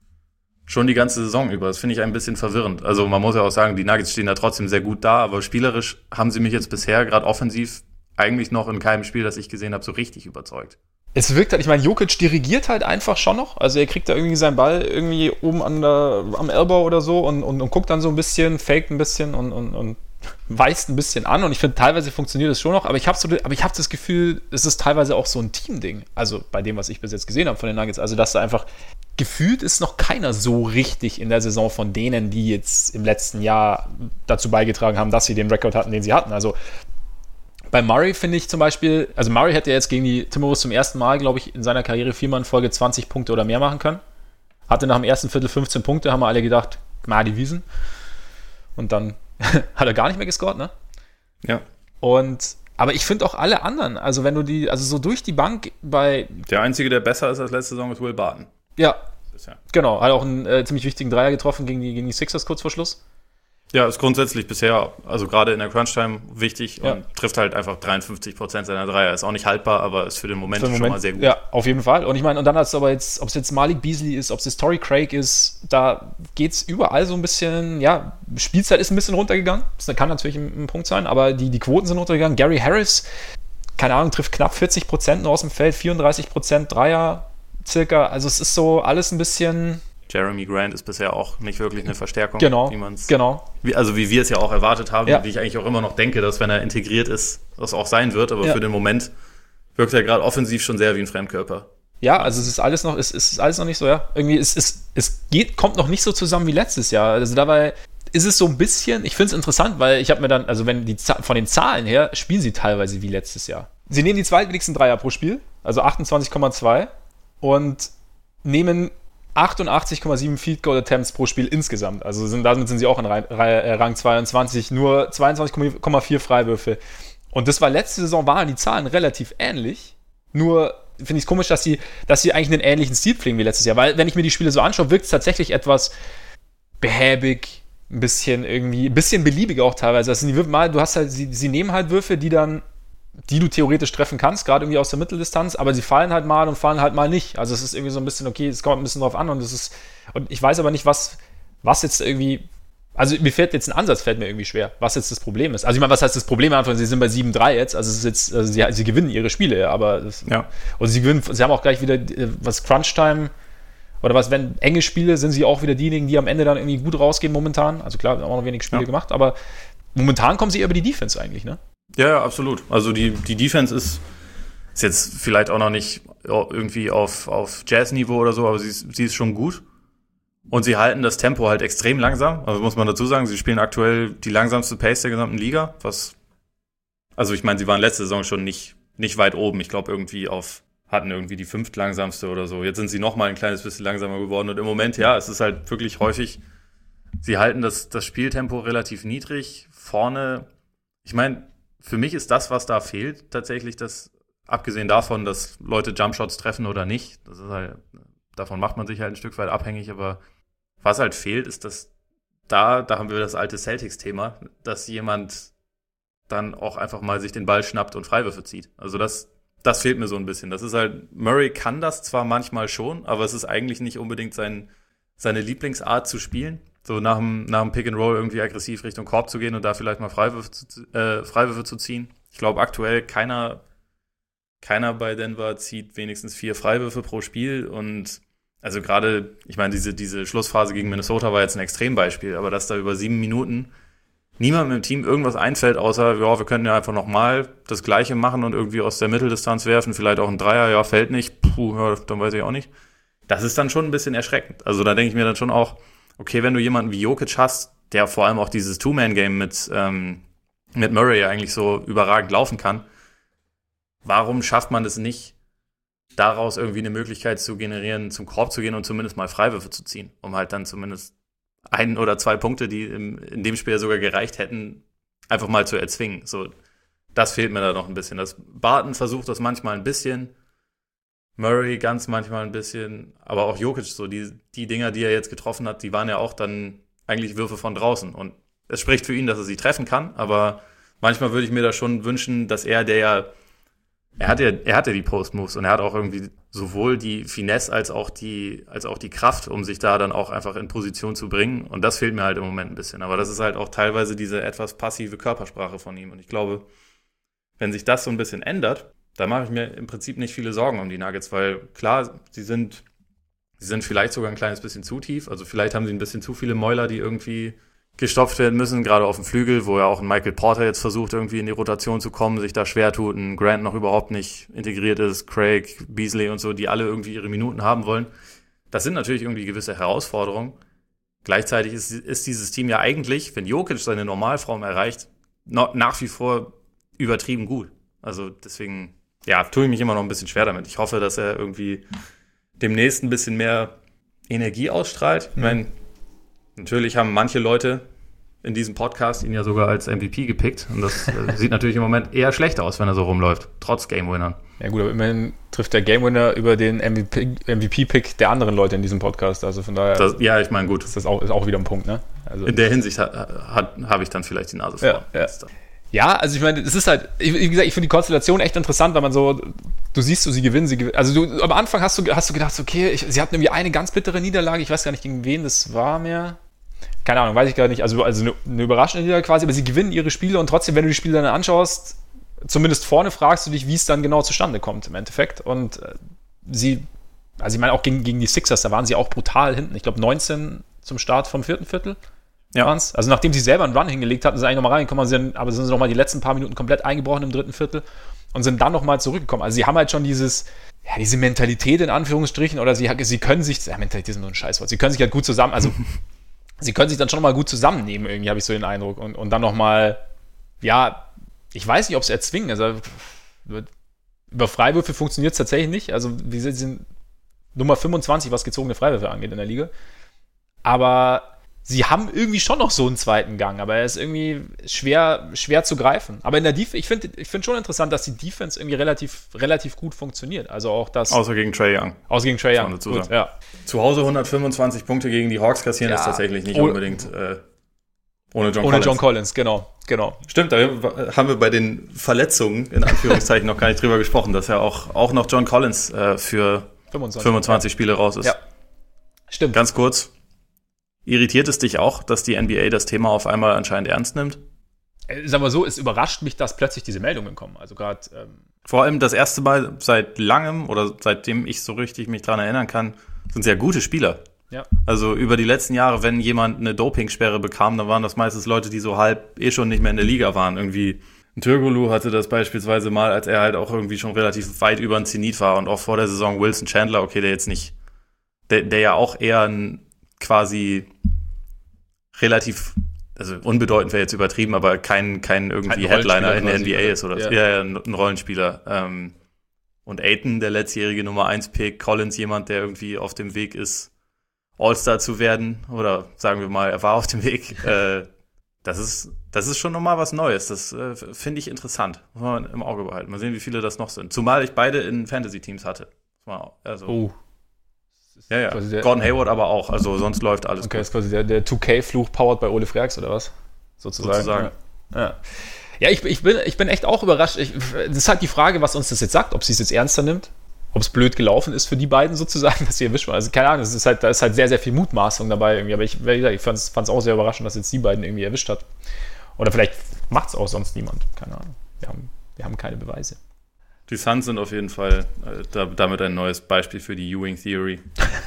schon die ganze Saison über. Das finde ich ein bisschen verwirrend. Also man muss ja auch sagen, die Nuggets stehen da trotzdem sehr gut da, aber spielerisch haben sie mich jetzt bisher, gerade offensiv, eigentlich noch in keinem Spiel, das ich gesehen habe, so richtig überzeugt. Es wirkt halt, ich meine, Jokic dirigiert halt einfach schon noch. Also er kriegt da irgendwie seinen Ball irgendwie oben an der, am Elbow oder so und, und, und guckt dann so ein bisschen, faked ein bisschen und, und, und weist ein bisschen an. Und ich finde, teilweise funktioniert es schon noch, aber ich habe so, aber ich habe das Gefühl, es ist teilweise auch so ein Team-Ding. Also bei dem, was ich bis jetzt gesehen habe von den Nuggets. Also dass da einfach gefühlt ist noch keiner so richtig in der Saison von denen, die jetzt im letzten Jahr dazu beigetragen haben, dass sie den Rekord hatten, den sie hatten. Also bei Murray finde ich zum Beispiel, also Murray hätte ja jetzt gegen die Timberwolves zum ersten Mal, glaube ich, in seiner Karriere viermal in Folge zwanzig Punkte oder mehr machen können. Hatte nach dem ersten Viertel fünfzehn Punkte, haben wir alle gedacht, mal die Wiesen. Und dann hat er gar nicht mehr gescored, ne? Ja. Und, aber ich finde auch alle anderen, also wenn du die, also so durch die Bank bei... Der Einzige, der besser ist als letzte Saison, ist Will Barton. Ja, bisher. Genau, hat auch einen äh, ziemlich wichtigen Dreier getroffen gegen die, gegen die Sixers kurz vor Schluss. Ja, ist grundsätzlich bisher, also gerade in der Crunch-Time wichtig und ja. trifft halt einfach dreiundfünfzig Prozent seiner Dreier. Ist auch nicht haltbar, aber ist für den Moment, für den Moment schon mal sehr gut. Ja, auf jeden Fall. Und ich meine, und dann hast du aber jetzt, ob es jetzt Malik Beasley ist, ob es jetzt Torrey Craig ist, da geht's überall so ein bisschen, ja, Spielzeit ist ein bisschen runtergegangen. Das kann natürlich ein, ein Punkt sein, aber die, die Quoten sind runtergegangen. Gary Harris, keine Ahnung, trifft knapp vierzig Prozent nur aus dem Feld, vierunddreißig Prozent Dreier circa. Also es ist so alles ein bisschen... Jeremy Grant ist bisher auch nicht wirklich eine Verstärkung, genau, wie man's, genau. Wie, also wie wir es ja auch erwartet haben, ja. wie ich eigentlich auch immer noch denke, dass wenn er integriert ist, das auch sein wird, aber ja. für den Moment wirkt er gerade offensiv schon sehr wie ein Fremdkörper. Ja, also es ist alles noch, es ist alles noch nicht so, ja. Irgendwie es ist, es geht, kommt noch nicht so zusammen wie letztes Jahr. Also dabei ist es so ein bisschen, ich finde es interessant, weil ich habe mir dann, also wenn die von den Zahlen her, spielen sie teilweise wie letztes Jahr. Sie nehmen die zweitwenigsten Dreier pro Spiel, also achtundzwanzig Komma zwei und nehmen achtundachtzig Komma sieben Field Goal Attempts pro Spiel insgesamt. Also sind, damit sind sie auch in Rang zweiundzwanzig, nur zweiundzwanzig Komma vier Freiwürfe. Und das war letzte Saison, waren die Zahlen relativ ähnlich. Nur finde ich es komisch, dass sie, dass sie eigentlich einen ähnlichen Stil pflegen wie letztes Jahr. Weil wenn ich mir die Spiele so anschaue, wirkt es tatsächlich etwas behäbig, ein bisschen irgendwie, ein bisschen beliebiger auch teilweise. Also die Würfe, mal, du hast halt, sie, sie nehmen halt Würfe, die dann die du theoretisch treffen kannst, gerade irgendwie aus der Mitteldistanz, aber sie fallen halt mal und fallen halt mal nicht. Also es ist irgendwie so ein bisschen, okay, es kommt ein bisschen drauf an und es ist, und ich weiß aber nicht, was, was jetzt irgendwie, also mir fällt jetzt ein Ansatz, fällt mir irgendwie schwer, was jetzt das Problem ist. Also ich meine, was heißt das Problem? Sie sind bei sieben drei jetzt, also es ist jetzt, also sie, sie gewinnen ihre Spiele, aber das, ja. Und sie gewinnen, sie haben auch gleich wieder, was Crunch-Time oder was, wenn enge Spiele, sind sie auch wieder diejenigen, die am Ende dann irgendwie gut rausgehen momentan. Also klar, haben auch noch wenig Spiele ja. gemacht, aber momentan kommen sie eher über die Defense eigentlich, ne? Ja, ja, absolut. Also die, die Defense ist, ist jetzt vielleicht auch noch nicht irgendwie auf, auf Jazz-Niveau oder so, aber sie ist, sie ist schon gut. Und sie halten das Tempo halt extrem langsam. Also muss man dazu sagen, sie spielen aktuell die langsamste Pace der gesamten Liga. Was, also ich meine, sie waren letzte Saison schon nicht, nicht weit oben. Ich glaube irgendwie auf, hatten irgendwie die fünftlangsamste oder so. Jetzt sind sie noch mal ein kleines bisschen langsamer geworden. Und im Moment, ja, es ist halt wirklich häufig, sie halten das, das Spieltempo relativ niedrig. Vorne, ich meine, für mich ist das, was da fehlt, tatsächlich das, abgesehen davon, dass Leute Jumpshots treffen oder nicht, das ist halt, davon macht man sich halt ein Stück weit abhängig, aber was halt fehlt, ist, dass da, da haben wir das alte Celtics-Thema, dass jemand dann auch einfach mal sich den Ball schnappt und Freiwürfe zieht. Also das, das fehlt mir so ein bisschen. Das ist halt, Murray kann das zwar manchmal schon, aber es ist eigentlich nicht unbedingt sein, seine Lieblingsart zu spielen. So nach dem, nach dem Pick and Roll irgendwie aggressiv Richtung Korb zu gehen und da vielleicht mal Freiwürfe zu, äh, Freiwürfe zu ziehen. Ich glaube aktuell keiner, keiner bei Denver zieht wenigstens vier Freiwürfe pro Spiel und also gerade, ich meine, diese, diese Schlussphase gegen Minnesota war jetzt ein Extrembeispiel, aber dass da über sieben Minuten niemandem im Team irgendwas einfällt, außer, ja, wir können ja einfach nochmal das Gleiche machen und irgendwie aus der Mitteldistanz werfen, vielleicht auch ein Dreier, ja, fällt nicht, puh, ja, dann weiß ich auch nicht. Das ist dann schon ein bisschen erschreckend. Also da denke ich mir dann schon auch, okay, wenn du jemanden wie Jokic hast, der vor allem auch dieses Two-Man-Game mit, ähm, mit Murray eigentlich so überragend laufen kann, warum schafft man es nicht, daraus irgendwie eine Möglichkeit zu generieren, zum Korb zu gehen und zumindest mal Freiwürfe zu ziehen, um halt dann zumindest ein oder zwei Punkte, die im, in dem Spiel sogar gereicht hätten, einfach mal zu erzwingen. So, das fehlt mir da noch ein bisschen. Das Barton versucht das manchmal ein bisschen, Murray ganz manchmal ein bisschen, aber auch Jokic, so die, die Dinger, die er jetzt getroffen hat, die waren ja auch dann eigentlich Würfe von draußen. Und es spricht für ihn, dass er sie treffen kann, aber manchmal würde ich mir da schon wünschen, dass er, der ja Er hatte, er hatte die Post-Moves und er hat auch irgendwie sowohl die Finesse als auch die, als auch die Kraft, um sich da dann auch einfach in Position zu bringen. Und das fehlt mir halt im Moment ein bisschen. Aber das ist halt auch teilweise diese etwas passive Körpersprache von ihm. Und ich glaube, wenn sich das so ein bisschen ändert, da mache ich mir im Prinzip nicht viele Sorgen um die Nuggets, weil klar, sie sind, sie sind vielleicht sogar ein kleines bisschen zu tief. Also vielleicht haben sie ein bisschen zu viele Mäuler, die irgendwie gestopft werden müssen, gerade auf dem Flügel, wo ja auch ein Michael Porter jetzt versucht, irgendwie in die Rotation zu kommen, sich da schwer tut, ein Grant noch überhaupt nicht integriert ist, Craig, Beasley und so, die alle irgendwie ihre Minuten haben wollen. Das sind natürlich irgendwie gewisse Herausforderungen. Gleichzeitig ist, ist dieses Team ja eigentlich, wenn Jokic seine Normalform erreicht, no, nach wie vor übertrieben gut. Also deswegen, ja, tue ich mich immer noch ein bisschen schwer damit. Ich hoffe, dass er irgendwie demnächst ein bisschen mehr Energie ausstrahlt. Ich meine, natürlich haben manche Leute in diesem Podcast ihn ja sogar als M V P gepickt. Und das äh, sieht natürlich im Moment eher schlecht aus, wenn er so rumläuft, trotz Game-Winnern. Ja gut, aber immerhin trifft der Game-Winner über den M V P-Pick der anderen Leute in diesem Podcast. Also von daher das, ja, ich meine, gut. Ist das auch, ist auch wieder ein Punkt, ne? Also in der Hinsicht ha, ha, habe ich dann vielleicht die Nase vor. Ja, ja. ja, also ich meine, es ist halt, wie gesagt, ich finde die Konstellation echt interessant, weil man so, du siehst so, sie gewinnen, sie gewinnen. Also du, am Anfang hast du, hast du gedacht, okay, ich, sie hatten irgendwie eine ganz bittere Niederlage, ich weiß gar nicht, gegen wen das war mehr. Keine Ahnung, weiß ich gar nicht. Also, also eine, eine überraschende Niederlage quasi, aber sie gewinnen ihre Spiele und trotzdem, wenn du die Spiele dann anschaust, zumindest vorne fragst du dich, wie es dann genau zustande kommt im Endeffekt. Und äh, sie, also ich meine auch gegen, gegen die Sixers, da waren sie auch brutal hinten. Ich glaube neunzehn zum Start vom vierten Viertel ja. waren es. Also nachdem sie selber einen Run hingelegt hatten, sind sie eigentlich nochmal reingekommen, sind, aber sind sie nochmal die letzten paar Minuten komplett eingebrochen im dritten Viertel und sind dann nochmal zurückgekommen. Also sie haben halt schon dieses, ja, diese Mentalität in Anführungsstrichen, oder sie, sie können sich, ja, Mentalität ist nur ein Scheißwort, sie können sich halt gut zusammen, also sie können sich dann schon mal gut zusammennehmen, irgendwie habe ich so den Eindruck. Und, und dann nochmal, ja, ich weiß nicht, ob es erzwingen. Also über Freiwürfe funktioniert es tatsächlich nicht. Also wir sind Nummer fünfundzwanzig, was gezogene Freiwürfe angeht in der Liga. Aber sie haben irgendwie schon noch so einen zweiten Gang, aber er ist irgendwie schwer, schwer zu greifen. Aber in der Defense, ich finde ich find schon interessant, dass die Defense irgendwie relativ, relativ gut funktioniert. Also auch das. Außer gegen Trae Young. Außer gegen Trae Young. Gut, ja. Zu Hause hundertfünfundzwanzig Punkte gegen die Hawks kassieren ja, ist tatsächlich nicht oh, unbedingt äh, ohne John ohne Collins. John Collins, genau, genau. Stimmt, da haben wir bei den Verletzungen in Anführungszeichen noch gar nicht drüber gesprochen, dass ja auch, auch noch John Collins äh, für fünfundzwanzig, fünfundzwanzig ja. Spiele raus ist. Ja, stimmt. Ganz kurz. Irritiert es dich auch, dass die N B A das Thema auf einmal anscheinend ernst nimmt? Sag mal so, es überrascht mich, dass plötzlich diese Meldungen kommen. Also gerade ähm vor allem das erste Mal seit langem oder seitdem ich so richtig mich dran erinnern kann, sind sehr gute Spieler. Ja. Also über die letzten Jahre, wenn jemand eine Dopingsperre bekam, dann waren das meistens Leute, die so halb eh schon nicht mehr in der Liga waren. Irgendwie ein Türkoglu hatte das beispielsweise mal, als er halt auch irgendwie schon relativ weit über den Zenit war und auch vor der Saison Wilson Chandler, okay, der jetzt nicht, der, der ja auch eher ein quasi relativ, also unbedeutend wäre jetzt übertrieben, aber kein, kein irgendwie kein Headliner in der N B A ist oder so. Ja, ja, ein Rollenspieler. Ähm, und Ayton, der letztjährige Nummer eins Pick, Collins, jemand, der irgendwie auf dem Weg ist, All-Star zu werden, oder sagen wir mal, er war auf dem Weg. äh, das ist, das ist schon nochmal was Neues. Das äh, finde ich interessant. Muss man im Auge behalten. Mal sehen, wie viele das noch sind. Zumal ich beide in Fantasy-Teams hatte. Also, oh. Ja, ja. Gordon Hayward aber auch. Also sonst läuft alles okay, gut. Okay, ist quasi der, der zwei K-Fluch powered bei Ole Freaks oder was? Sozusagen. Sozusagen. Ja, ja. ja ich, ich, bin, ich bin echt auch überrascht. Ich, das ist halt die Frage, was uns das jetzt sagt. Ob sie es jetzt ernster nimmt. Ob es blöd gelaufen ist für die beiden sozusagen, dass sie erwischt waren. Also keine Ahnung, es ist halt, da ist halt sehr, sehr viel Mutmaßung dabei irgendwie. Aber ich, wie gesagt, ich fand es auch sehr überraschend, dass jetzt die beiden irgendwie erwischt hat. Oder vielleicht macht es auch sonst niemand. Keine Ahnung. Wir haben, wir haben keine Beweise. Die Suns sind auf jeden Fall äh, da, damit ein neues Beispiel für die Ewing Theory.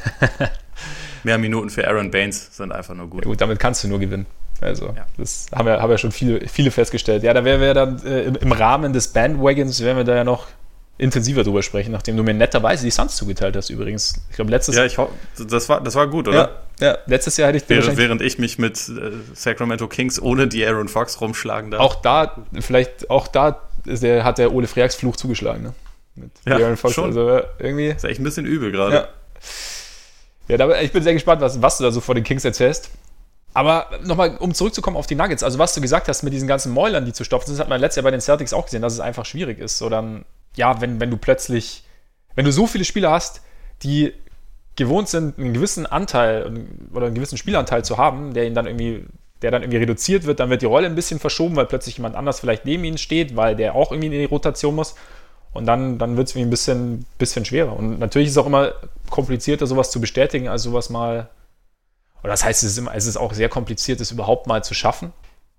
Mehr Minuten für Aaron Baines sind einfach nur gut. Ja, gut, damit kannst du nur gewinnen. Also, ja. Das haben wir, haben wir schon viele, viele festgestellt. Ja, da wären wir dann äh, im, im Rahmen des Bandwagons, werden wir da ja noch intensiver drüber sprechen, nachdem du mir netterweise die Suns zugeteilt hast übrigens. Ich glaube, letztes Jahr. Ja, ich ho- das war, das war gut, oder? Ja, ja, letztes Jahr hätte ich während, während ich mich mit äh, Sacramento Kings ohne die Aaron Fox rumschlagen darf. Auch da, vielleicht, auch da ist der, hat der Ole Freaks Fluch zugeschlagen, ne? Mit ja, Aaron Fox. Schon. Also irgendwie. Das ist echt ein bisschen übel gerade. Ja, ja da, ich bin sehr gespannt, was, was du da so vor den Kings erzählst. Aber nochmal, um zurückzukommen auf die Nuggets, also was du gesagt hast mit diesen ganzen Mäulern, die zu stopfen, das hat man letztes Jahr bei den Celtics auch gesehen, dass es einfach schwierig ist. So dann, ja, wenn, wenn du plötzlich, wenn du so viele Spieler hast, die gewohnt sind, einen gewissen Anteil oder einen gewissen Spielanteil zu haben, der ihn dann irgendwie, der dann irgendwie reduziert wird, dann wird die Rolle ein bisschen verschoben, weil plötzlich jemand anders vielleicht neben ihnen steht, weil der auch irgendwie in die Rotation muss. Und dann, dann wird es ein bisschen, bisschen schwerer. Und natürlich ist es auch immer komplizierter, sowas zu bestätigen, als sowas mal. Oder das heißt, es ist, immer, es ist auch sehr kompliziert, es überhaupt mal zu schaffen.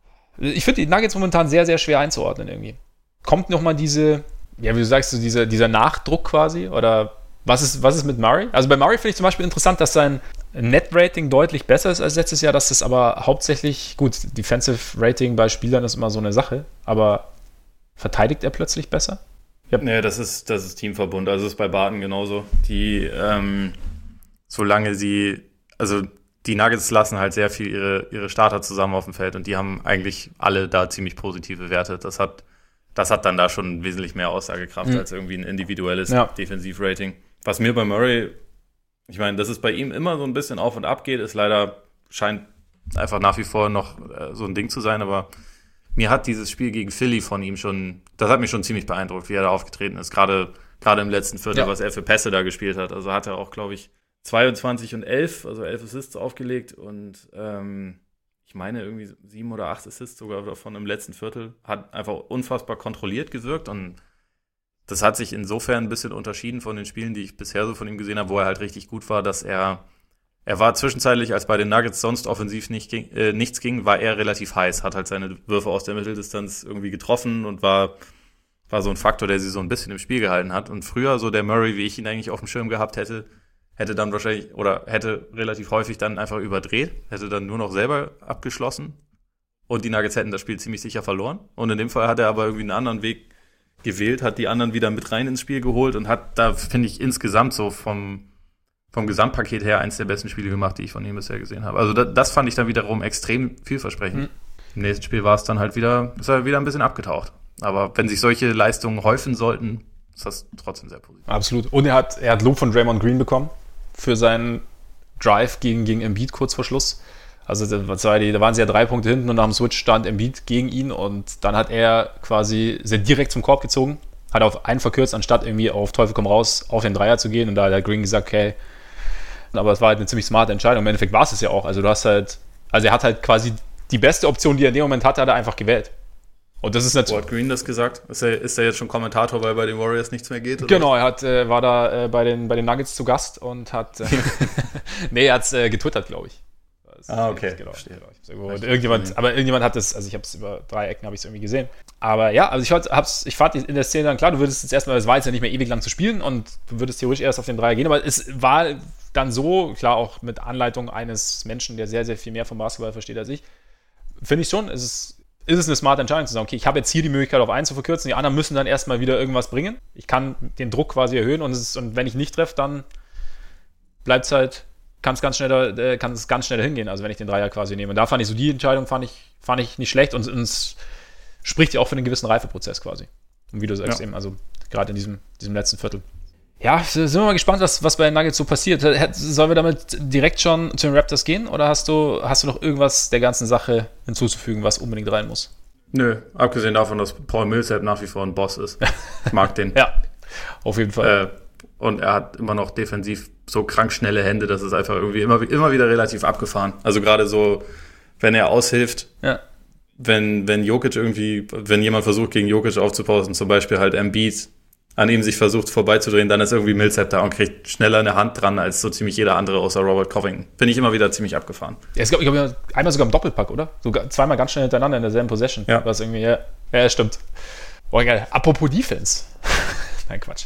Ich finde die Nuggets momentan sehr, sehr schwer einzuordnen irgendwie. Kommt nochmal diese, ja, wie du sagst, so diese, dieser Nachdruck quasi? Oder was ist, was ist mit Murray? Also bei Murray finde ich zum Beispiel interessant, dass sein Net-Rating deutlich besser ist als letztes Jahr, dass das aber hauptsächlich, gut, Defensive-Rating bei Spielern ist immer so eine Sache, aber verteidigt er plötzlich besser? Yep. Nee, das ist, das ist Teamverbund. Also ist bei Barton genauso. Die, ähm, solange sie, also die Nuggets lassen halt sehr viel ihre, ihre Starter zusammen auf dem Feld und die haben eigentlich alle da ziemlich positive Werte. Das hat, das hat dann da schon wesentlich mehr Aussagekraft mhm. als irgendwie ein individuelles ja. Defensivrating. Was mir bei Murray, ich meine, dass es bei ihm immer so ein bisschen auf und ab geht, ist leider, scheint einfach nach wie vor noch äh, so ein Ding zu sein, aber mir hat dieses Spiel gegen Philly von ihm schon, das hat mich schon ziemlich beeindruckt, wie er da aufgetreten ist. Gerade, gerade im letzten Viertel, ja. was er für Pässe da gespielt hat. Also hat er auch, glaube ich, zweiundzwanzig und elf, also elf Assists aufgelegt und ähm, ich meine irgendwie sieben oder acht Assists sogar davon im letzten Viertel. Hat einfach unfassbar kontrolliert gewirkt und das hat sich insofern ein bisschen unterschieden von den Spielen, die ich bisher so von ihm gesehen habe, wo er halt richtig gut war, dass er Er war zwischenzeitlich, als bei den Nuggets sonst offensiv nicht ging, äh, nichts ging, war er relativ heiß, hat halt seine Würfe aus der Mitteldistanz irgendwie getroffen und war, war so ein Faktor, der sie so ein bisschen im Spiel gehalten hat. Und früher, so der Murray, wie ich ihn eigentlich auf dem Schirm gehabt hätte, hätte dann wahrscheinlich, oder hätte relativ häufig dann einfach überdreht, hätte dann nur noch selber abgeschlossen und die Nuggets hätten das Spiel ziemlich sicher verloren. Und in dem Fall hat er aber irgendwie einen anderen Weg gewählt, hat die anderen wieder mit rein ins Spiel geholt und hat da, finde ich, insgesamt so vom vom Gesamtpaket her eins der besten Spiele gemacht, die ich von ihm bisher gesehen habe. Also das, das fand ich dann wiederum extrem vielversprechend. Mhm. Im nächsten Spiel war es dann halt wieder, ist er wieder ein bisschen abgetaucht. Aber wenn sich solche Leistungen häufen sollten, ist das trotzdem sehr positiv. Absolut. Und er hat, er hat Lob von Draymond Green bekommen für seinen Drive gegen, gegen Embiid kurz vor Schluss. Also das war die, da waren sie ja drei Punkte hinten und nach dem Switch stand Embiid gegen ihn und dann hat er quasi sehr direkt zum Korb gezogen, hat auf einen verkürzt, anstatt irgendwie auf Teufel komm raus auf den Dreier zu gehen und da hat der Green gesagt, okay, aber es war halt eine ziemlich smarte Entscheidung. Im Endeffekt war es es ja auch. Also du hast halt, also er hat halt quasi die beste Option, die er in dem Moment hatte, hat er einfach gewählt. Und das ist natürlich. Wo hat Green das gesagt? Ist er, ist er jetzt schon Kommentator, weil bei den Warriors nichts mehr geht? Oder? Genau, er hat, äh, war da äh, bei, den, bei den Nuggets zu Gast und hat, äh, nee, er hat es äh, getwittert, glaube ich. Das ah, okay. Genau, genau. Und irgendjemand, aber irgendjemand hat das, also ich habe es über drei Ecken, habe ich es irgendwie gesehen. Aber ja, also ich, hab's, ich fand in der Szene dann klar, du würdest jetzt erstmal, es war jetzt ja nicht mehr ewig lang zu spielen und du würdest theoretisch erst auf den Dreier gehen, aber es war dann so, klar auch mit Anleitung eines Menschen, der sehr, sehr viel mehr vom Basketball versteht als ich, finde ich schon, ist es, ist es eine smarte Entscheidung zu sagen, okay, ich habe jetzt hier die Möglichkeit auf einen zu verkürzen, die anderen müssen dann erstmal wieder irgendwas bringen. Ich kann den Druck quasi erhöhen und, es ist, und wenn ich nicht treffe, dann bleibt es halt, kann es ganz schnell, äh, kann es ganz schnell hingehen, also wenn ich den Dreier quasi nehme. Und da fand ich so, die Entscheidung fand ich, fand ich nicht schlecht und es spricht ja auch für einen gewissen Reifeprozess quasi. Und wie du sagst ja. eben, also gerade in diesem, diesem letzten Viertel. Ja, sind wir mal gespannt, was, was bei den Nuggets so passiert. Sollen wir damit direkt schon zu den Raptors gehen oder hast du, hast du noch irgendwas der ganzen Sache hinzuzufügen, was unbedingt rein muss? Nö, abgesehen davon, dass Paul Millsap nach wie vor ein Boss ist. Ich mag den. Ja, auf jeden Fall. Äh, und er hat immer noch defensiv so krank schnelle Hände, das ist einfach irgendwie immer, immer wieder relativ abgefahren. Also gerade so, wenn er aushilft, ja. wenn, wenn Jokic irgendwie, wenn jemand versucht, gegen Jokic aufzupausen, zum Beispiel halt Embiid, an ihm sich versucht vorbeizudrehen, dann ist irgendwie Millsap da und kriegt schneller eine Hand dran als so ziemlich jeder andere außer Robert Covington. Finde ich immer wieder ziemlich abgefahren. Ja, ich glaube, glaub, einmal sogar im Doppelpack, oder? Sogar zweimal ganz schnell hintereinander in derselben Possession. Ja. Was irgendwie, ja, ja, stimmt. Oh, geil. Apropos Defense. Nein, Quatsch.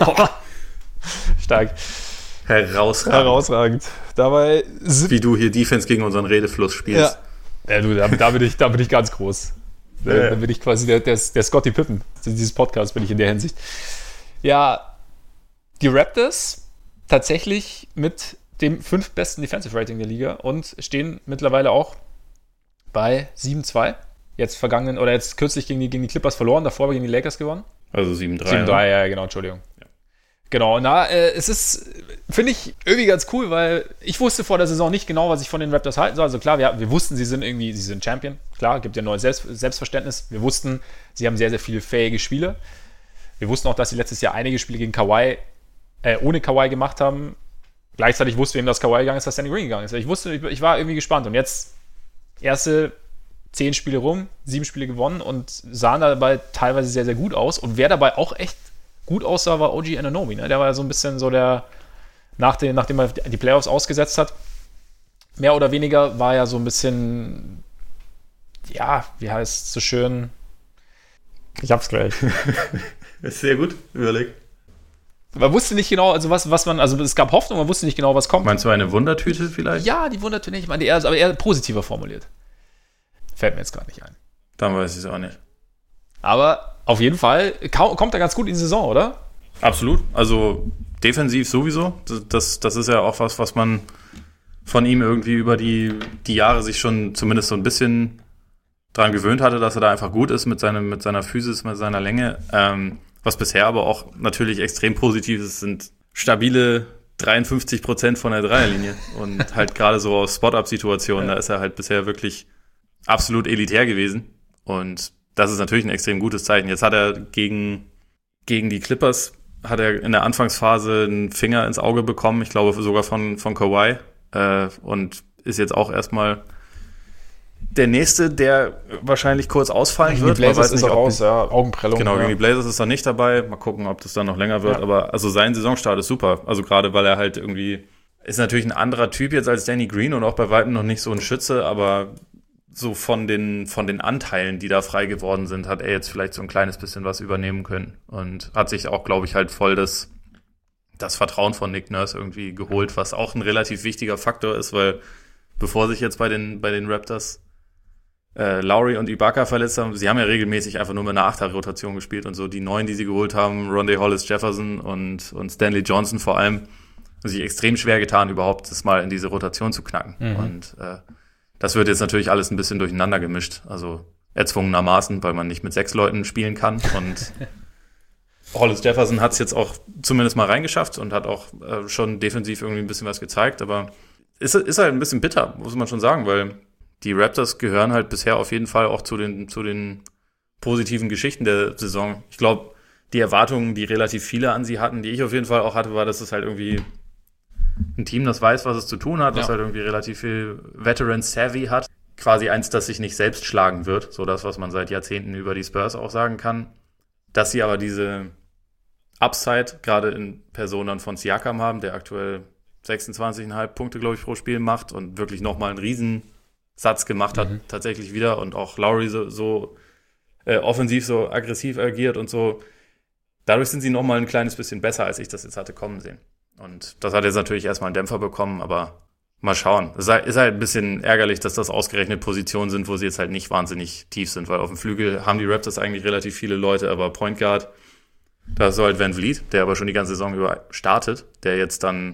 Stark. Herausragend. Herausragend. Dabei wie du hier Defense gegen unseren Redefluss spielst. Ja, ja du, da, da, bin ich, da bin ich ganz groß. Da, ja. da bin ich quasi der, der, der Scottie Pippen. Dieses Podcast bin ich in der Hinsicht. Ja, die Raptors tatsächlich mit dem fünftbesten Defensive Rating der Liga und stehen mittlerweile auch bei sieben zwei. Jetzt vergangenen, oder jetzt kürzlich gegen die, gegen die Clippers verloren, davor gegen die Lakers gewonnen. Also sieben drei. sieben drei, ja, genau, Entschuldigung. Ja. Genau, na, äh, es ist, finde ich, irgendwie ganz cool, weil ich wusste vor der Saison nicht genau, was ich von den Raptors halten soll. Also klar, wir, wir wussten, sie sind irgendwie, sie sind Champion. Klar, gibt ja ein neues Selbst, Selbstverständnis. Wir wussten, sie haben sehr, sehr viele fähige Spieler. Wir wussten auch, dass sie letztes Jahr einige Spiele gegen Kawhi, äh, ohne Kawhi gemacht haben. Gleichzeitig wussten wir eben, dass Kawhi gegangen ist, dass Danny Green gegangen ist. Ich wusste, ich, ich war irgendwie gespannt. Und jetzt erste zehn Spiele rum, sieben Spiele gewonnen und sahen dabei teilweise sehr, sehr gut aus. Und wer dabei auch echt gut aussah, war O G Anunoby. Ne? Der war ja so ein bisschen so der, nach den, nachdem er die Playoffs ausgesetzt hat, mehr oder weniger war ja so ein bisschen, ja, wie heißt es so schön? Ich hab's gleich. Ist sehr gut, überlegt. Man wusste nicht genau, also was, was man, also es gab Hoffnung, man wusste nicht genau, was kommt. Meinst du eine Wundertüte vielleicht? Ja, die Wundertüte nicht, ich meine eher, aber eher positiver formuliert. Fällt mir jetzt gerade nicht ein. Dann weiß ich es auch nicht. Aber auf jeden Fall kommt er ganz gut in die Saison, oder? Absolut. Also defensiv sowieso. Das, das ist ja auch was, was man von ihm irgendwie über die, die Jahre sich schon zumindest so ein bisschen dran gewöhnt hatte, dass er da einfach gut ist mit, seinem, mit seiner Physis, mit seiner Länge. Ähm, was bisher aber auch natürlich extrem positiv ist, sind stabile dreiundfünfzig Prozent von der Dreierlinie. Und halt gerade so aus Spot-Up-Situationen, ja. Da ist er halt bisher wirklich absolut elitär gewesen. Und das ist natürlich ein extrem gutes Zeichen. Jetzt hat er gegen, gegen die Clippers, hat er in der Anfangsphase einen Finger ins Auge bekommen, ich glaube sogar von, von Kawhi. Äh, und ist jetzt auch erstmal der Nächste, der wahrscheinlich kurz ausfallen gegen wird. Die Blazers Man weiß ist nicht, er ob raus, die, ja, Augenprellung. Genau, ja. gegen die Blazers ist er nicht dabei. Mal gucken, ob das dann noch länger wird. Ja. Aber also sein Saisonstart ist super. Also gerade, weil er halt irgendwie, ist natürlich ein anderer Typ jetzt als Danny Green und auch bei weitem noch nicht so ein Schütze, aber so von den, von den Anteilen, die da frei geworden sind, hat er jetzt vielleicht so ein kleines bisschen was übernehmen können und hat sich auch, glaube ich, halt voll das, das Vertrauen von Nick Nurse irgendwie geholt, was auch ein relativ wichtiger Faktor ist, weil bevor sich jetzt bei den, bei den Raptors äh, Lowry und Ibaka verletzt haben, sie haben ja regelmäßig einfach nur mit einer Achter-Rotation gespielt und so die neuen, die sie geholt haben, Rondae Hollis-Jefferson und, und Stanley Johnson vor allem, haben sich extrem schwer getan, überhaupt das mal in diese Rotation zu knacken. Mhm. Und äh, das wird jetzt natürlich alles ein bisschen durcheinander gemischt, also erzwungenermaßen, weil man nicht mit sechs Leuten spielen kann. Und Hollis Jefferson hat es jetzt auch zumindest mal reingeschafft und hat auch äh, schon defensiv irgendwie ein bisschen was gezeigt, aber ist, ist halt ein bisschen bitter, muss man schon sagen, weil die Raptors gehören halt bisher auf jeden Fall auch zu den, zu den positiven Geschichten der Saison. Ich glaube, die Erwartungen, die relativ viele an sie hatten, die ich auf jeden Fall auch hatte, war, dass es halt irgendwie ein Team, das weiß, was es zu tun hat, ja. Was halt irgendwie relativ viel Veteran-Savvy hat. Quasi eins, das sich nicht selbst schlagen wird. So das, was man seit Jahrzehnten über die Spurs auch sagen kann. Dass sie aber diese Upside, gerade in Personen von Siakam haben, der aktuell sechsundzwanzig Komma fünf Punkte, glaube ich, pro Spiel macht und wirklich nochmal einen Riesensatz gemacht hat, mhm. tatsächlich wieder. Und auch Lowry so, so äh, offensiv, so aggressiv agiert und so. Dadurch sind sie nochmal ein kleines bisschen besser, als ich das jetzt hatte kommen sehen. Und das hat jetzt natürlich erstmal einen Dämpfer bekommen, aber mal schauen. Es ist halt ein bisschen ärgerlich, dass das ausgerechnet Positionen sind, wo sie jetzt halt nicht wahnsinnig tief sind, weil auf dem Flügel haben die Raptors eigentlich relativ viele Leute, aber Point Guard, da ist so halt Van Vliet, der aber schon die ganze Saison über startet, der jetzt dann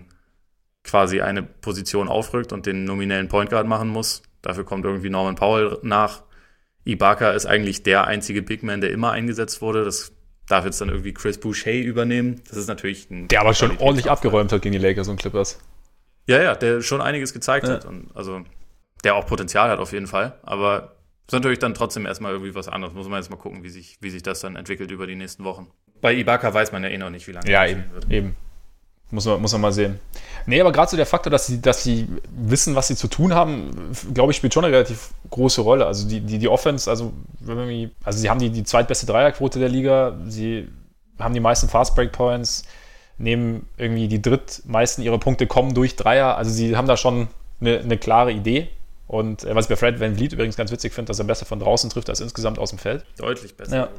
quasi eine Position aufrückt und den nominellen Point Guard machen muss. Dafür kommt irgendwie Norman Powell nach. Ibaka ist eigentlich der einzige Big Man, der immer eingesetzt wurde. Das darf jetzt dann irgendwie Chris Boucher übernehmen. Das ist natürlich ein... Der aber schon ordentlich abgeräumt hat gegen die Lakers und Clippers. Ja, ja, der schon einiges gezeigt ja. hat. Und also der auch Potenzial hat auf jeden Fall. Aber es ist natürlich dann trotzdem erstmal irgendwie was anderes. Muss man jetzt mal gucken, wie sich, wie sich das dann entwickelt über die nächsten Wochen. Bei Ibaka weiß man ja eh noch nicht, wie lange ja, eben, wird. eben. Muss man, muss man mal sehen. Nee, aber gerade so der Faktor, dass sie, dass sie wissen, was sie zu tun haben, glaube ich, spielt schon eine relativ große Rolle. Also die, die, die Offense, also, also sie haben die, die zweitbeste Dreierquote der Liga, sie haben die meisten Fast-Break-Points, nehmen irgendwie die drittmeisten ihrer Punkte kommen durch Dreier. Also sie haben da schon eine, eine klare Idee. Und äh, was ich bei Fred VanVleet übrigens ganz witzig finde, dass er besser von draußen trifft als insgesamt aus dem Feld. Deutlich besser. Ja.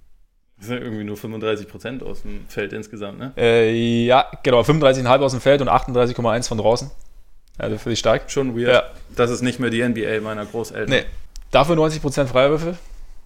Das sind irgendwie nur fünfunddreißig Prozent aus dem Feld insgesamt, ne? Äh, ja, genau, fünfunddreißig Komma fünf aus dem Feld und achtunddreißig Komma eins von draußen. Also für dich stark. Schon weird. Ja. Das ist nicht mehr die N B A meiner Großeltern. Nee. Dafür neunzig Prozent Freiwürfe.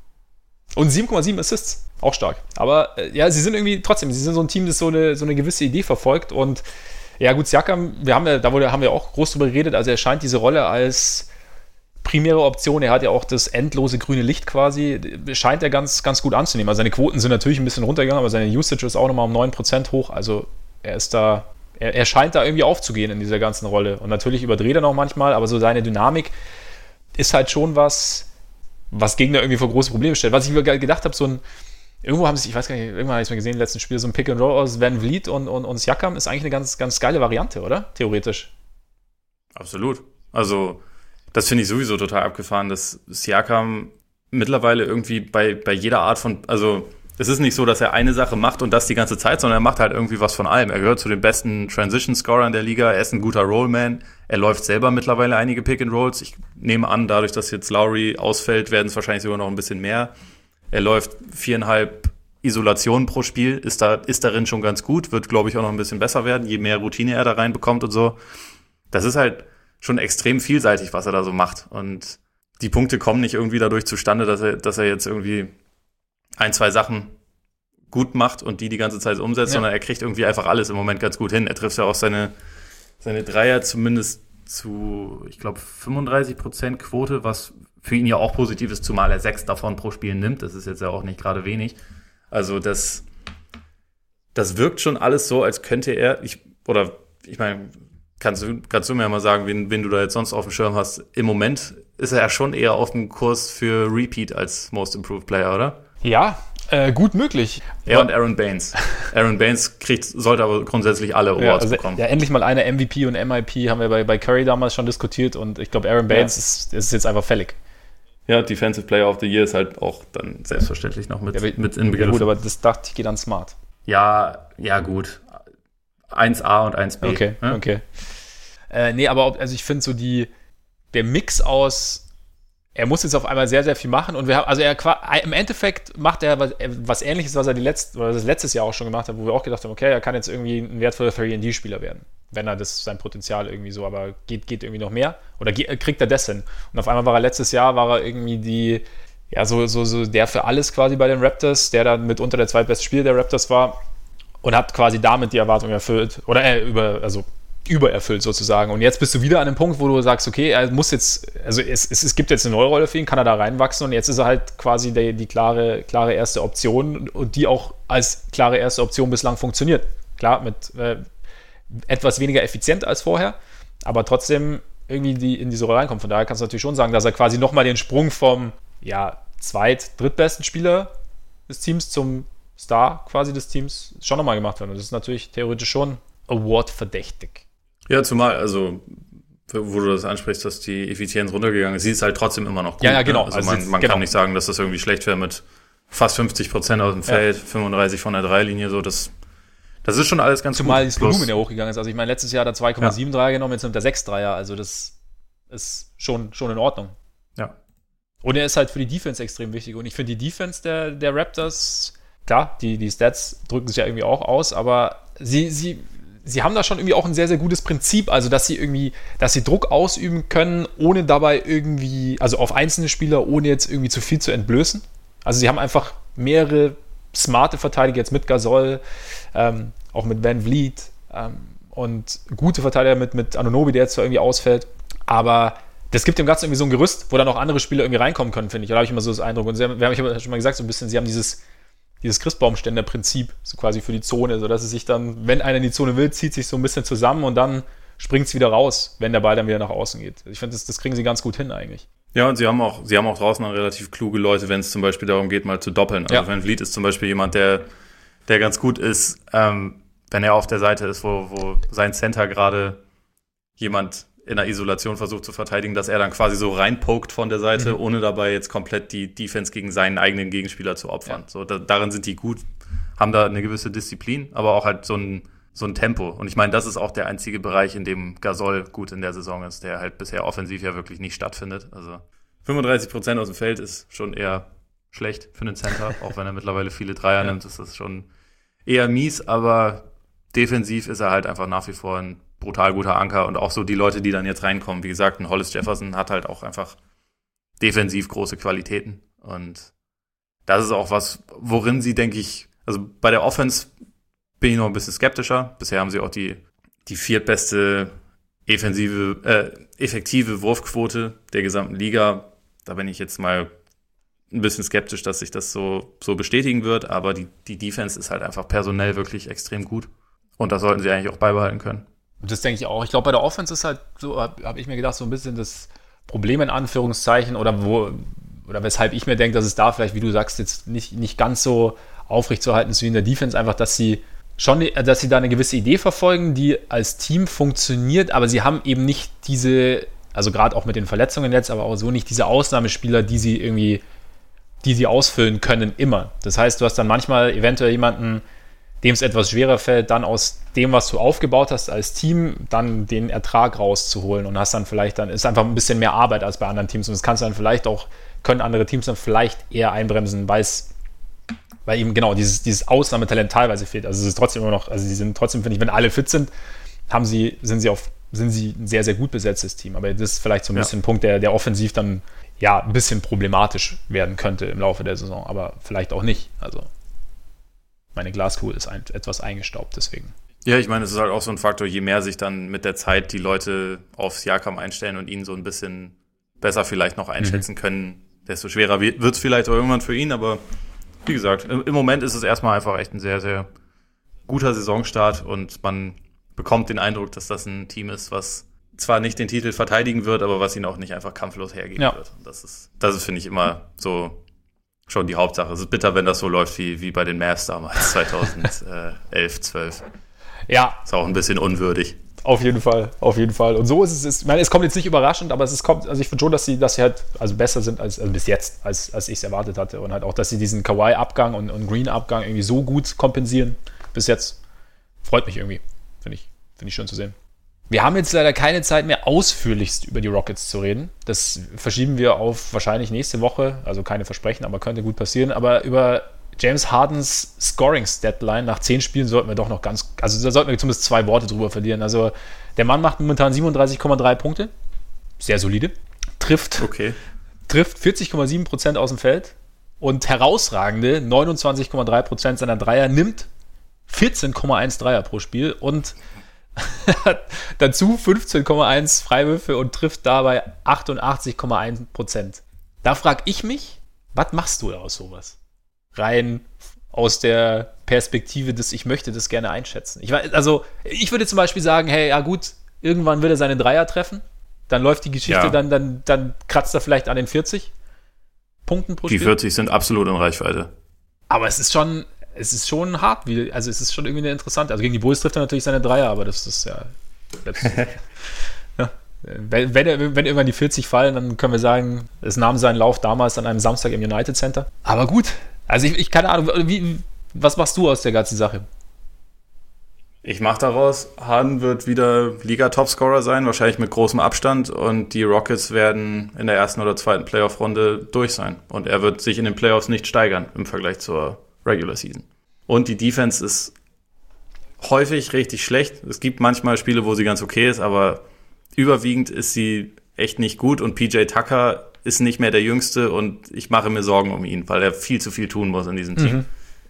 Und sieben Komma sieben Assists. Auch stark. Aber äh, ja, sie sind irgendwie trotzdem, sie sind so ein Team, das so eine, so eine gewisse Idee verfolgt. Und ja, gut, Siakam, wir haben ja, da wurde, haben wir auch groß drüber geredet, also er scheint diese Rolle als primäre Option, er hat ja auch das endlose grüne Licht quasi, scheint er ganz, ganz gut anzunehmen. Also seine Quoten sind natürlich ein bisschen runtergegangen, aber seine Usage ist auch nochmal um neun Prozent hoch. Also er ist da, er, er scheint da irgendwie aufzugehen in dieser ganzen Rolle. Und natürlich überdreht er noch manchmal, aber so seine Dynamik ist halt schon was, was Gegner irgendwie vor große Probleme stellt. Was ich mir gedacht habe, so ein, irgendwo haben sie, ich weiß gar nicht, irgendwann habe ich es mal gesehen, im letzten Spiel, so ein Pick and Roll aus VanVleet und, und, und Siakam ist eigentlich eine ganz, ganz geile Variante, oder? Theoretisch. Absolut. Also das finde ich sowieso total abgefahren, dass Siakam mittlerweile irgendwie bei, bei jeder Art von, also es ist nicht so, dass er eine Sache macht und das die ganze Zeit, sondern er macht halt irgendwie was von allem. Er gehört zu den besten Transition-Scorern der Liga, er ist ein guter Rollman, er läuft selber mittlerweile einige Pick-and-Rolls. Ich nehme an, dadurch, dass jetzt Lowry ausfällt, werden es wahrscheinlich sogar noch ein bisschen mehr. Er läuft viereinhalb Isolationen pro Spiel, ist da ist darin schon ganz gut, wird, glaube ich, auch noch ein bisschen besser werden, je mehr Routine er da reinbekommt und so. Das ist halt schon extrem vielseitig, was er da so macht. Und die Punkte kommen nicht irgendwie dadurch zustande, dass er, dass er jetzt irgendwie ein, zwei Sachen gut macht und die die ganze Zeit umsetzt, ja. sondern er kriegt irgendwie einfach alles im Moment ganz gut hin. Er trifft ja auch seine, seine Dreier zumindest zu, ich glaube, fünfunddreißig Prozent Quote, was für ihn ja auch positiv ist, zumal er sechs davon pro Spiel nimmt. Das ist jetzt ja auch nicht gerade wenig. Also das, das wirkt schon alles so, als könnte er, ich, oder ich meine, kannst du, kannst du mir ja mal sagen, wen, wen du da jetzt sonst auf dem Schirm hast. Im Moment ist er ja schon eher auf dem Kurs für Repeat als Most Improved Player, oder? Ja, äh, gut möglich. Er ja. und Aaron Baines. Aaron Baines kriegt, sollte aber grundsätzlich alle Awards ja, also, bekommen. Ja, endlich mal eine M V P und M I P haben wir bei, bei Curry damals schon diskutiert und ich glaube, Aaron Baines ja. ist, ist jetzt einfach fällig. Ja, Defensive Player of the Year ist halt auch dann selbstverständlich noch mit, ja, mit in Begriff. Ja gut, aber das dachte ich geht dann smart. Ja, ja gut. eins A und eins B. Okay, ne? okay. Äh, nee, aber ob, also ich finde so die, der Mix aus, er muss jetzt auf einmal sehr, sehr viel machen und wir haben, also er im Endeffekt macht er was, was Ähnliches, was er die letzte, oder das letztes Jahr auch schon gemacht hat, wo wir auch gedacht haben, okay, er kann jetzt irgendwie ein wertvoller drei und D-Spieler werden, wenn er das sein Potenzial irgendwie so, aber geht, geht irgendwie noch mehr oder geht, kriegt er das hin? Und auf einmal war er letztes Jahr, war er irgendwie die, ja, so, so, so der für alles quasi bei den Raptors, der dann mitunter der zweitbeste Spieler der Raptors war und hat quasi damit die Erwartungen erfüllt oder äh, über, also übererfüllt sozusagen. Und jetzt bist du wieder an einem Punkt, wo du sagst, okay, er muss jetzt, also es, es, es gibt jetzt eine neue Rolle für ihn, kann er da reinwachsen und jetzt ist er halt quasi die, die klare, klare erste Option und die auch als klare erste Option bislang funktioniert. Klar, mit äh, etwas weniger effizient als vorher, aber trotzdem irgendwie die, in diese Rolle reinkommt. Von daher kannst du natürlich schon sagen, dass er quasi nochmal den Sprung vom ja, zweit-, drittbesten Spieler des Teams zum Star quasi des Teams schon nochmal gemacht hat. Und das ist natürlich theoretisch schon Award-verdächtig. Ja, zumal, also, wo du das ansprichst, dass die Effizienz runtergegangen ist, sie ist halt trotzdem immer noch gut. Ja, ja, genau. Ne? Also, also man, man genau. kann nicht sagen, dass das irgendwie schlecht wäre mit fast fünfzig Prozent aus dem Feld, ja. fünfunddreißig von der Dreilinie, so, das, das ist schon alles ganz Zumal gut. Zumal das Volumen ja hochgegangen ist. Also, ich meine, letztes Jahr hat er zwei Komma sieben Dreier genommen, jetzt nimmt er sechs Dreier, also das ist schon, schon in Ordnung. Ja. Und er ist halt für die Defense extrem wichtig. Und ich finde die Defense der, der Raptors, klar, die, die Stats drücken sich ja irgendwie auch aus, aber sie, sie, sie haben da schon irgendwie auch ein sehr, sehr gutes Prinzip, also dass sie irgendwie, dass sie Druck ausüben können, ohne dabei irgendwie, also auf einzelne Spieler, ohne jetzt irgendwie zu viel zu entblößen. Also sie haben einfach mehrere smarte Verteidiger, jetzt mit Gasol, ähm, auch mit Van Vliet ähm, und gute Verteidiger mit, mit Anunoby, der jetzt zwar irgendwie ausfällt, aber das gibt dem Ganzen irgendwie so ein Gerüst, wo dann auch andere Spieler irgendwie reinkommen können, finde ich. Da habe ich immer so das Eindruck. Und sie haben, wir haben ja schon mal gesagt, so ein bisschen, sie haben dieses, dieses Christbaumständer-Prinzip, so quasi für die Zone, sodass es sich dann, wenn einer in die Zone will, zieht sich so ein bisschen zusammen und dann springt es wieder raus, wenn der Ball dann wieder nach außen geht. Ich finde, das, das kriegen sie ganz gut hin eigentlich. Ja, und sie haben auch, sie haben auch draußen dann relativ kluge Leute, wenn es zum Beispiel darum geht, mal zu doppeln. Also ja. Van Vliet ist zum Beispiel jemand, der, der ganz gut ist, ähm, wenn er auf der Seite ist, wo, wo sein Center gerade jemand in der Isolation versucht zu verteidigen, dass er dann quasi so reinpokt von der Seite, mhm. ohne dabei jetzt komplett die Defense gegen seinen eigenen Gegenspieler zu opfern. Ja. So, da, darin sind die gut, haben da eine gewisse Disziplin, aber auch halt so ein, so ein Tempo. Und ich meine, das ist auch der einzige Bereich, in dem Gasol gut in der Saison ist, der halt bisher offensiv ja wirklich nicht stattfindet. Also fünfunddreißig Prozent aus dem Feld ist schon eher schlecht für einen Center, auch wenn er mittlerweile viele Dreier ja. nimmt, ist das schon eher mies, aber defensiv ist er halt einfach nach wie vor ein brutal guter Anker und auch so die Leute, die dann jetzt reinkommen. Wie gesagt, ein Hollis Jefferson hat halt auch einfach defensiv große Qualitäten und das ist auch was, worin sie, denke ich, also bei der Offense bin ich noch ein bisschen skeptischer. Bisher haben sie auch die, die viertbeste offensive, äh, effektive Wurfquote der gesamten Liga. Da bin ich jetzt mal ein bisschen skeptisch, dass sich das so, so bestätigen wird, aber die, die Defense ist halt einfach personell wirklich extrem gut und das sollten sie eigentlich auch beibehalten können. Das denke ich auch. Ich glaube, bei der Offense ist halt so, habe hab ich mir gedacht, so ein bisschen das Problem in Anführungszeichen oder wo oder weshalb ich mir denke, dass es da vielleicht, wie du sagst, jetzt nicht, nicht ganz so aufrechtzuerhalten ist wie in der Defense, einfach, dass sie schon, dass sie da eine gewisse Idee verfolgen, die als Team funktioniert, aber sie haben eben nicht diese, also gerade auch mit den Verletzungen jetzt, aber auch so nicht diese Ausnahmespieler, die sie irgendwie die sie ausfüllen können, immer. Das heißt, du hast dann manchmal eventuell jemanden, dem es etwas schwerer fällt, dann aus dem, was du aufgebaut hast als Team, dann den Ertrag rauszuholen und hast dann vielleicht dann, ist einfach ein bisschen mehr Arbeit als bei anderen Teams und das kannst du dann vielleicht auch, können andere Teams dann vielleicht eher einbremsen, weil es, weil eben genau dieses, dieses Ausnahmetalent teilweise fehlt. Also es ist trotzdem immer noch, also sie sind trotzdem, finde ich, wenn alle fit sind, haben sie, sind sie auf, sind sie ein sehr, sehr gut besetztes Team. Aber das ist vielleicht so ein ja. bisschen ein Punkt, der, der offensiv dann ja ein bisschen problematisch werden könnte im Laufe der Saison, aber vielleicht auch nicht. Also meine Glaskugel ist ein, etwas eingestaubt, deswegen. Ja, ich meine, es ist halt auch so ein Faktor, je mehr sich dann mit der Zeit die Leute auf Siakam einstellen und ihn so ein bisschen besser vielleicht noch einschätzen mhm. können, desto schwerer wird es vielleicht auch irgendwann für ihn, aber wie gesagt, im, im Moment ist es erstmal einfach echt ein sehr, sehr guter Saisonstart und man bekommt den Eindruck, dass das ein Team ist, was zwar nicht den Titel verteidigen wird, aber was ihn auch nicht einfach kampflos hergeben ja. wird. Und das ist, das ist, finde ich, immer so schon die Hauptsache. Es ist bitter, wenn das so läuft wie, wie bei den Mavs damals, zweitausendelf, zwölf. Ja. Ist auch ein bisschen unwürdig. Auf jeden Fall, auf jeden Fall. Und so ist es, ich meine, es kommt jetzt nicht überraschend, aber es ist, kommt, also ich finde schon, dass sie, dass sie halt also besser sind als, also bis jetzt, als, als ich es erwartet hatte. Und halt auch, dass sie diesen Kawhi-Abgang und, und Green-Abgang irgendwie so gut kompensieren. Bis jetzt freut mich irgendwie. Finde ich, finde ich schön zu sehen. Wir haben jetzt leider keine Zeit mehr, ausführlichst über die Rockets zu reden. Das verschieben wir auf wahrscheinlich nächste Woche. Also keine Versprechen, aber könnte gut passieren. Aber über James Hardens Scoring-Statline nach zehn Spielen sollten wir doch noch ganz, also da sollten wir zumindest zwei Worte drüber verlieren. Also der Mann macht momentan siebenunddreißig Komma drei Punkte. Sehr solide. Trifft, okay. trifft vierzig Komma sieben Prozent aus dem Feld und herausragende neunundzwanzig Komma drei Prozent seiner Dreier, nimmt vierzehn Komma eins Dreier pro Spiel und dazu fünfzehn Komma eins Freiwürfe und trifft dabei achtundachtzig Komma eins Prozent. Da frage ich mich, was machst du aus sowas? Rein aus der Perspektive des, ich möchte das gerne einschätzen. Ich, also, ich würde zum Beispiel sagen, hey, ja gut, irgendwann wird er seine Dreier treffen, dann läuft die Geschichte, ja. dann, dann, dann kratzt er vielleicht an den vierzig Punkten pro Spiel. Die vierzig sind absolut in Reichweite. Aber es ist schon, es ist schon hart, wie, also es ist schon irgendwie interessant. Also gegen die Bulls trifft er natürlich seine Dreier, aber das ist ja, selbst, ja. Wenn, wenn, er, wenn irgendwann die vierzig fallen, dann können wir sagen, es nahm seinen Lauf damals an einem Samstag im United Center. Aber gut, also ich, ich keine Ahnung, wie, was machst du aus der ganzen Sache? Ich mache daraus, Harden wird wieder Liga-Topscorer sein, wahrscheinlich mit großem Abstand und die Rockets werden in der ersten oder zweiten Playoff-Runde durch sein und er wird sich in den Playoffs nicht steigern im Vergleich zur Regular Season. Und die Defense ist häufig richtig schlecht. Es gibt manchmal Spiele, wo sie ganz okay ist, aber überwiegend ist sie echt nicht gut und P J Tucker ist nicht mehr der Jüngste und ich mache mir Sorgen um ihn, weil er viel zu viel tun muss in diesem Team. Mhm.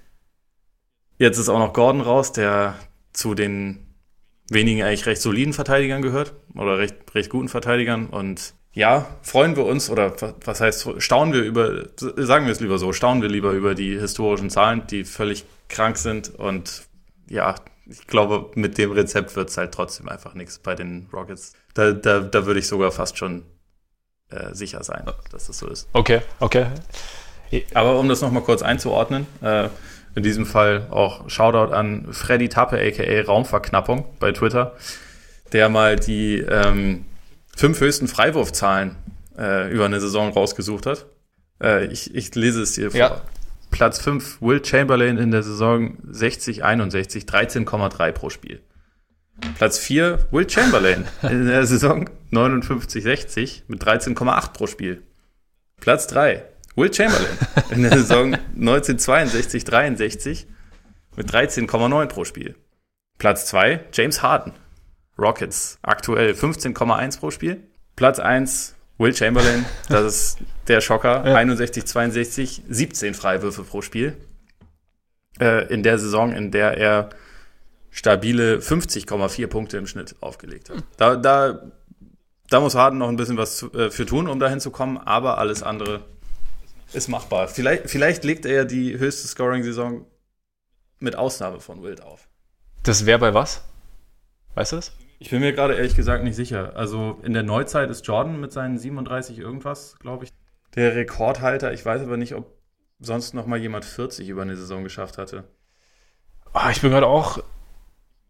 Jetzt ist auch noch Gordon raus, der zu den wenigen eigentlich recht soliden Verteidigern gehört oder recht, recht guten Verteidigern und ja, freuen wir uns oder was heißt, staunen wir über, sagen wir es lieber so, staunen wir lieber über die historischen Zahlen, die völlig krank sind und ja, ich glaube, mit dem Rezept wird es halt trotzdem einfach nichts bei den Rockets. Da, da, da würde ich sogar fast schon äh, sicher sein, dass das so ist. Okay, okay. Aber um das nochmal kurz einzuordnen, äh, in diesem Fall auch Shoutout an Freddy Tappe, aka Raumverknappung bei Twitter, der mal die ähm, fünf höchsten Freiwurfzahlen äh, über eine Saison rausgesucht hat. Äh, ich, ich lese es dir vor. Ja. Platz fünf, Will Chamberlain in der Saison sechzig einundsechzig, dreizehn Komma drei pro Spiel. Platz vier, Will Chamberlain in der Saison neunundfünfzig sechzig mit dreizehn Komma acht pro Spiel. Platz drei, Will Chamberlain in der Saison neunzehnhundertzweiundsechzig dreiundsechzig mit dreizehn Komma neun pro Spiel. Platz zwei, James Harden, Rockets, aktuell fünfzehn Komma eins pro Spiel. Platz eins, Will Chamberlain, das ist der Schocker, ja. einundsechzig zweiundsechzig, siebzehn Freiwürfe pro Spiel. Äh, in der Saison, in der er stabile fünfzig Komma vier Punkte im Schnitt aufgelegt hat. Da, da, da muss Harden noch ein bisschen was zu, äh, für tun, um dahin zu kommen, aber alles andere ist machbar. Vielleicht, vielleicht legt er ja die höchste Scoring-Saison mit Ausnahme von Wilt auf. Das wäre bei was? Weißt du das? Ich bin mir gerade ehrlich gesagt nicht sicher. Also in der Neuzeit ist Jordan mit seinen siebenunddreißig irgendwas, glaube ich, der Rekordhalter. Ich weiß aber nicht, ob sonst noch mal jemand vierzig über eine Saison geschafft hatte. Oh, ich bin gerade auch...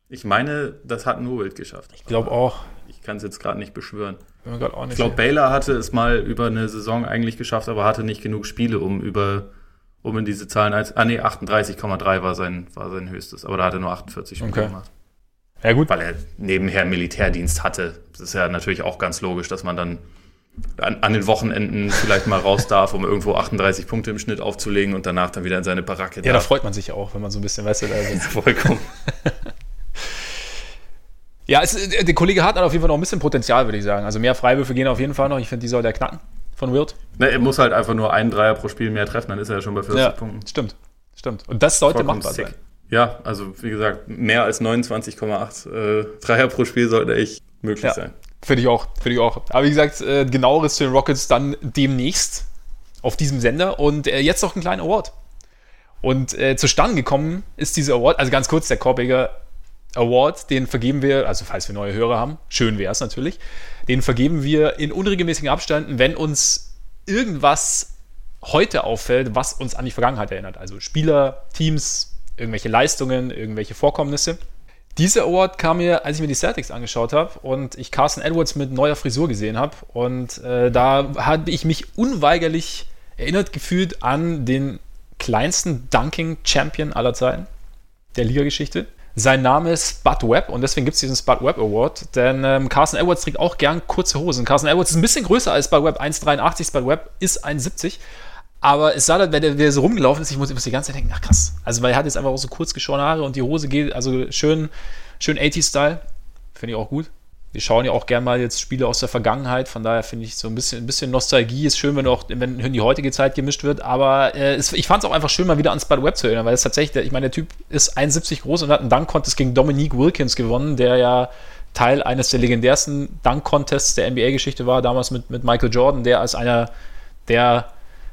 Ich meine, das hat nur Wilt geschafft. Ich glaube auch. Ich kann es jetzt gerade nicht beschwören. Auch nicht ich glaube, Baylor hatte es mal über eine Saison eigentlich geschafft, aber hatte nicht genug Spiele, um über um in diese Zahlen... Als, ah nee, achtunddreißig Komma drei war sein, war sein höchstes, aber da hat er nur achtundvierzig Spiele okay. gemacht. Ja gut. Weil er nebenher Militärdienst hatte. Das ist ja natürlich auch ganz logisch, dass man dann an, an den Wochenenden vielleicht mal raus darf, um irgendwo achtunddreißig Punkte im Schnitt aufzulegen und danach dann wieder in seine Baracke darf. Ja, da freut man sich auch, wenn man so ein bisschen, weißt du, da ist. Vollkommen. Ja, es, der Kollege hat auf jeden Fall noch ein bisschen Potenzial, würde ich sagen. Also mehr Freiwürfe gehen auf jeden Fall noch. Ich finde, die soll der knacken von Wilt. Ne, er muss halt einfach nur einen Dreier pro Spiel mehr treffen, dann ist er ja schon bei vierzig ja, Punkten. Stimmt, stimmt. Und das sollte Vollkommen machbar sick. sein. Ja, also wie gesagt, mehr als neunundzwanzig Komma acht äh, Dreier pro Spiel sollte echt möglich ja, sein. Finde ich auch, finde ich auch. Aber wie gesagt, äh, genaueres zu den Rockets dann demnächst auf diesem Sender. Und äh, jetzt noch ein kleiner Award. Und äh, zustande gekommen ist dieser Award, also ganz kurz, der Korbiger Award, den vergeben wir, also falls wir neue Hörer haben, schön wäre es natürlich, den vergeben wir in unregelmäßigen Abständen, wenn uns irgendwas heute auffällt, was uns an die Vergangenheit erinnert. Also Spieler, Teams, irgendwelche Leistungen, irgendwelche Vorkommnisse. Dieser Award kam mir, als ich mir die Celtics angeschaut habe und ich Carson Edwards mit neuer Frisur gesehen habe. Und äh, da habe ich mich unweigerlich erinnert gefühlt an den kleinsten Dunking-Champion aller Zeiten der Liga-Geschichte. Sein Name ist Spud Webb und deswegen gibt es diesen Spud Webb Award, denn ähm, Carson Edwards trägt auch gern kurze Hosen. Carson Edwards ist ein bisschen größer als Spud Webb, eins Komma dreiundachtzig, Spud Webb ist eins Komma siebzig, aber es sah dann, wenn der so rumgelaufen ist, ich muss, ich muss die ganze Zeit denken, ach krass, also weil er hat jetzt einfach auch so kurz geschorene Haare und die Hose geht, also schön, schön achtziger-Style, finde ich auch gut. Wir schauen ja auch gerne mal jetzt Spiele aus der Vergangenheit, von daher finde ich so ein bisschen, ein bisschen Nostalgie ist schön, wenn auch wenn in die heutige Zeit gemischt wird, aber äh, es, ich fand es auch einfach schön, mal wieder an Spud Webb zu erinnern, weil es tatsächlich, ich meine, der Typ ist eins Komma siebzig groß und hat einen Dunk-Contest gegen Dominique Wilkins gewonnen, der ja Teil eines der legendärsten Dunk-Contests der N B A-Geschichte war, damals mit, mit Michael Jordan, der als einer der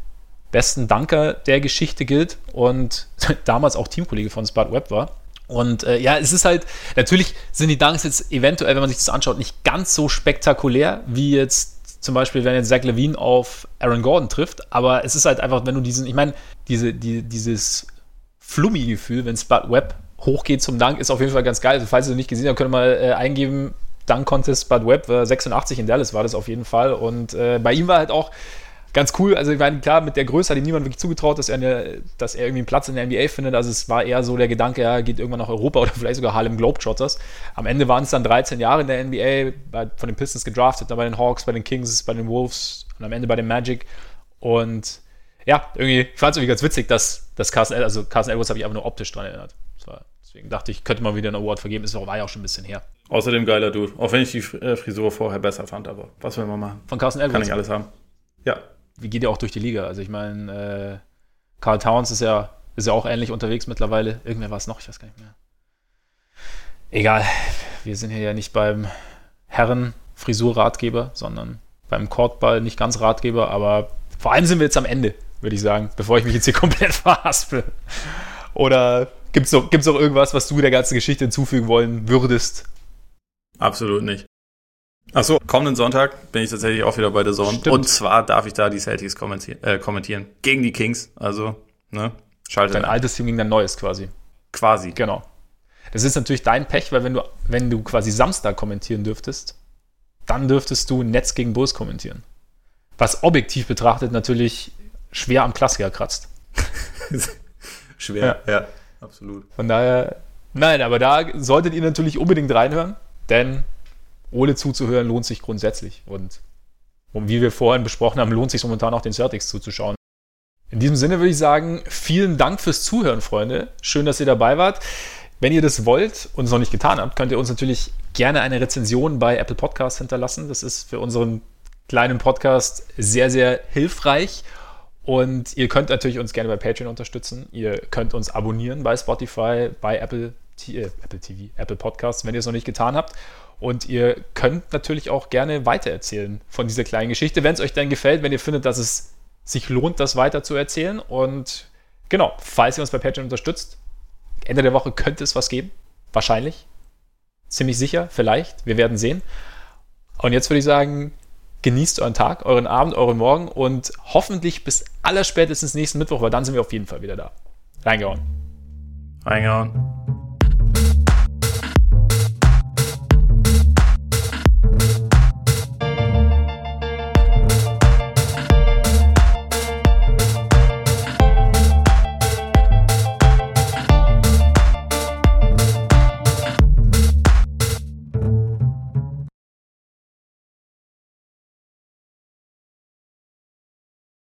besten Dunker der Geschichte gilt und damals auch Teamkollege von Spud Webb war. Und äh, ja, es ist halt, natürlich sind die Dunks jetzt eventuell, wenn man sich das anschaut, nicht ganz so spektakulär, wie jetzt zum Beispiel, wenn jetzt Zach LaVine auf Aaron Gordon trifft, aber es ist halt einfach, wenn du diesen, ich meine, diese, die, dieses Flummi-Gefühl, wenn Spud Webb hochgeht zum Dunk, ist auf jeden Fall ganz geil. Also falls ihr es nicht gesehen habt, könnt ihr mal äh, eingeben, Dunk-Contest Spud Webb, äh, sechsundachtzig in Dallas war das auf jeden Fall und äh, bei ihm war halt auch ganz cool, also ich meine, klar, mit der Größe hat ihm niemand wirklich zugetraut, dass er, eine, dass er irgendwie einen Platz in der N B A findet. Also es war eher so der Gedanke, er geht irgendwann nach Europa oder vielleicht sogar Harlem Globetrotters. Am Ende waren es dann dreizehn Jahre in der N B A, bei, von den Pistons gedraftet, dann bei den Hawks, bei den Kings, bei den Wolves und am Ende bei den Magic. Und ja, irgendwie, ich fand es irgendwie ganz witzig, dass, dass Carson, also Carson Edwards habe ich einfach nur optisch dran erinnert. Das war, deswegen dachte ich, könnte man wieder einen Award vergeben. Das war ja auch schon ein bisschen her. Außerdem geiler Dude. Auch wenn ich die Frisur vorher besser fand, aber was will man machen? Von Carson Edwards? Kann ich alles haben. Ja. Wie geht ja auch durch die Liga? Also ich meine, äh, Karl Towns ist ja, ist ja auch ähnlich unterwegs mittlerweile. Irgendwer war es noch, ich weiß gar nicht mehr. Egal, wir sind hier ja nicht beim Herren-Frisur-Ratgeber, sondern beim Kortball nicht ganz Ratgeber, aber vor allem sind wir jetzt am Ende, würde ich sagen, bevor ich mich jetzt hier komplett verhaspel. Oder gibt es noch, gibt's noch irgendwas, was du der ganzen Geschichte hinzufügen wollen würdest? Absolut nicht. Achso, kommenden Sonntag bin ich tatsächlich auch wieder bei der Zone. Stimmt. Und zwar darf ich da die Celtics kommentieren, äh, kommentieren. Gegen die Kings. Also, ne? Schaltet Dein ein. altes Team gegen dein neues quasi. Quasi. Genau. Das ist natürlich dein Pech, weil wenn du, wenn du quasi Samstag kommentieren dürftest, dann dürftest du Nets gegen Bulls kommentieren. Was objektiv betrachtet natürlich schwer am Klassiker kratzt. Schwer, ja. ja, absolut. Von daher, nein, aber da solltet ihr natürlich unbedingt reinhören, denn ohne zuzuhören lohnt sich grundsätzlich. Und, und wie wir vorhin besprochen haben, lohnt sich momentan auch den Celtics zuzuschauen. In diesem Sinne würde ich sagen, vielen Dank fürs Zuhören, Freunde. Schön, dass ihr dabei wart. Wenn ihr das wollt und es noch nicht getan habt, könnt ihr uns natürlich gerne eine Rezension bei Apple Podcasts hinterlassen. Das ist für unseren kleinen Podcast sehr, sehr hilfreich. Und ihr könnt natürlich uns gerne bei Patreon unterstützen. Ihr könnt uns abonnieren bei Spotify, bei Apple, T- äh, Apple T V, Apple Podcasts, wenn ihr es noch nicht getan habt. Und ihr könnt natürlich auch gerne weitererzählen von dieser kleinen Geschichte, wenn es euch dann gefällt, wenn ihr findet, dass es sich lohnt, das weiter zu erzählen. Und genau, falls ihr uns bei Patreon unterstützt, Ende der Woche könnte es was geben. Wahrscheinlich. Ziemlich sicher, vielleicht. Wir werden sehen. Und jetzt würde ich sagen, genießt euren Tag, euren Abend, euren Morgen und hoffentlich bis allerspätestens nächsten Mittwoch, weil dann sind wir auf jeden Fall wieder da. Reingehauen. Reingehauen.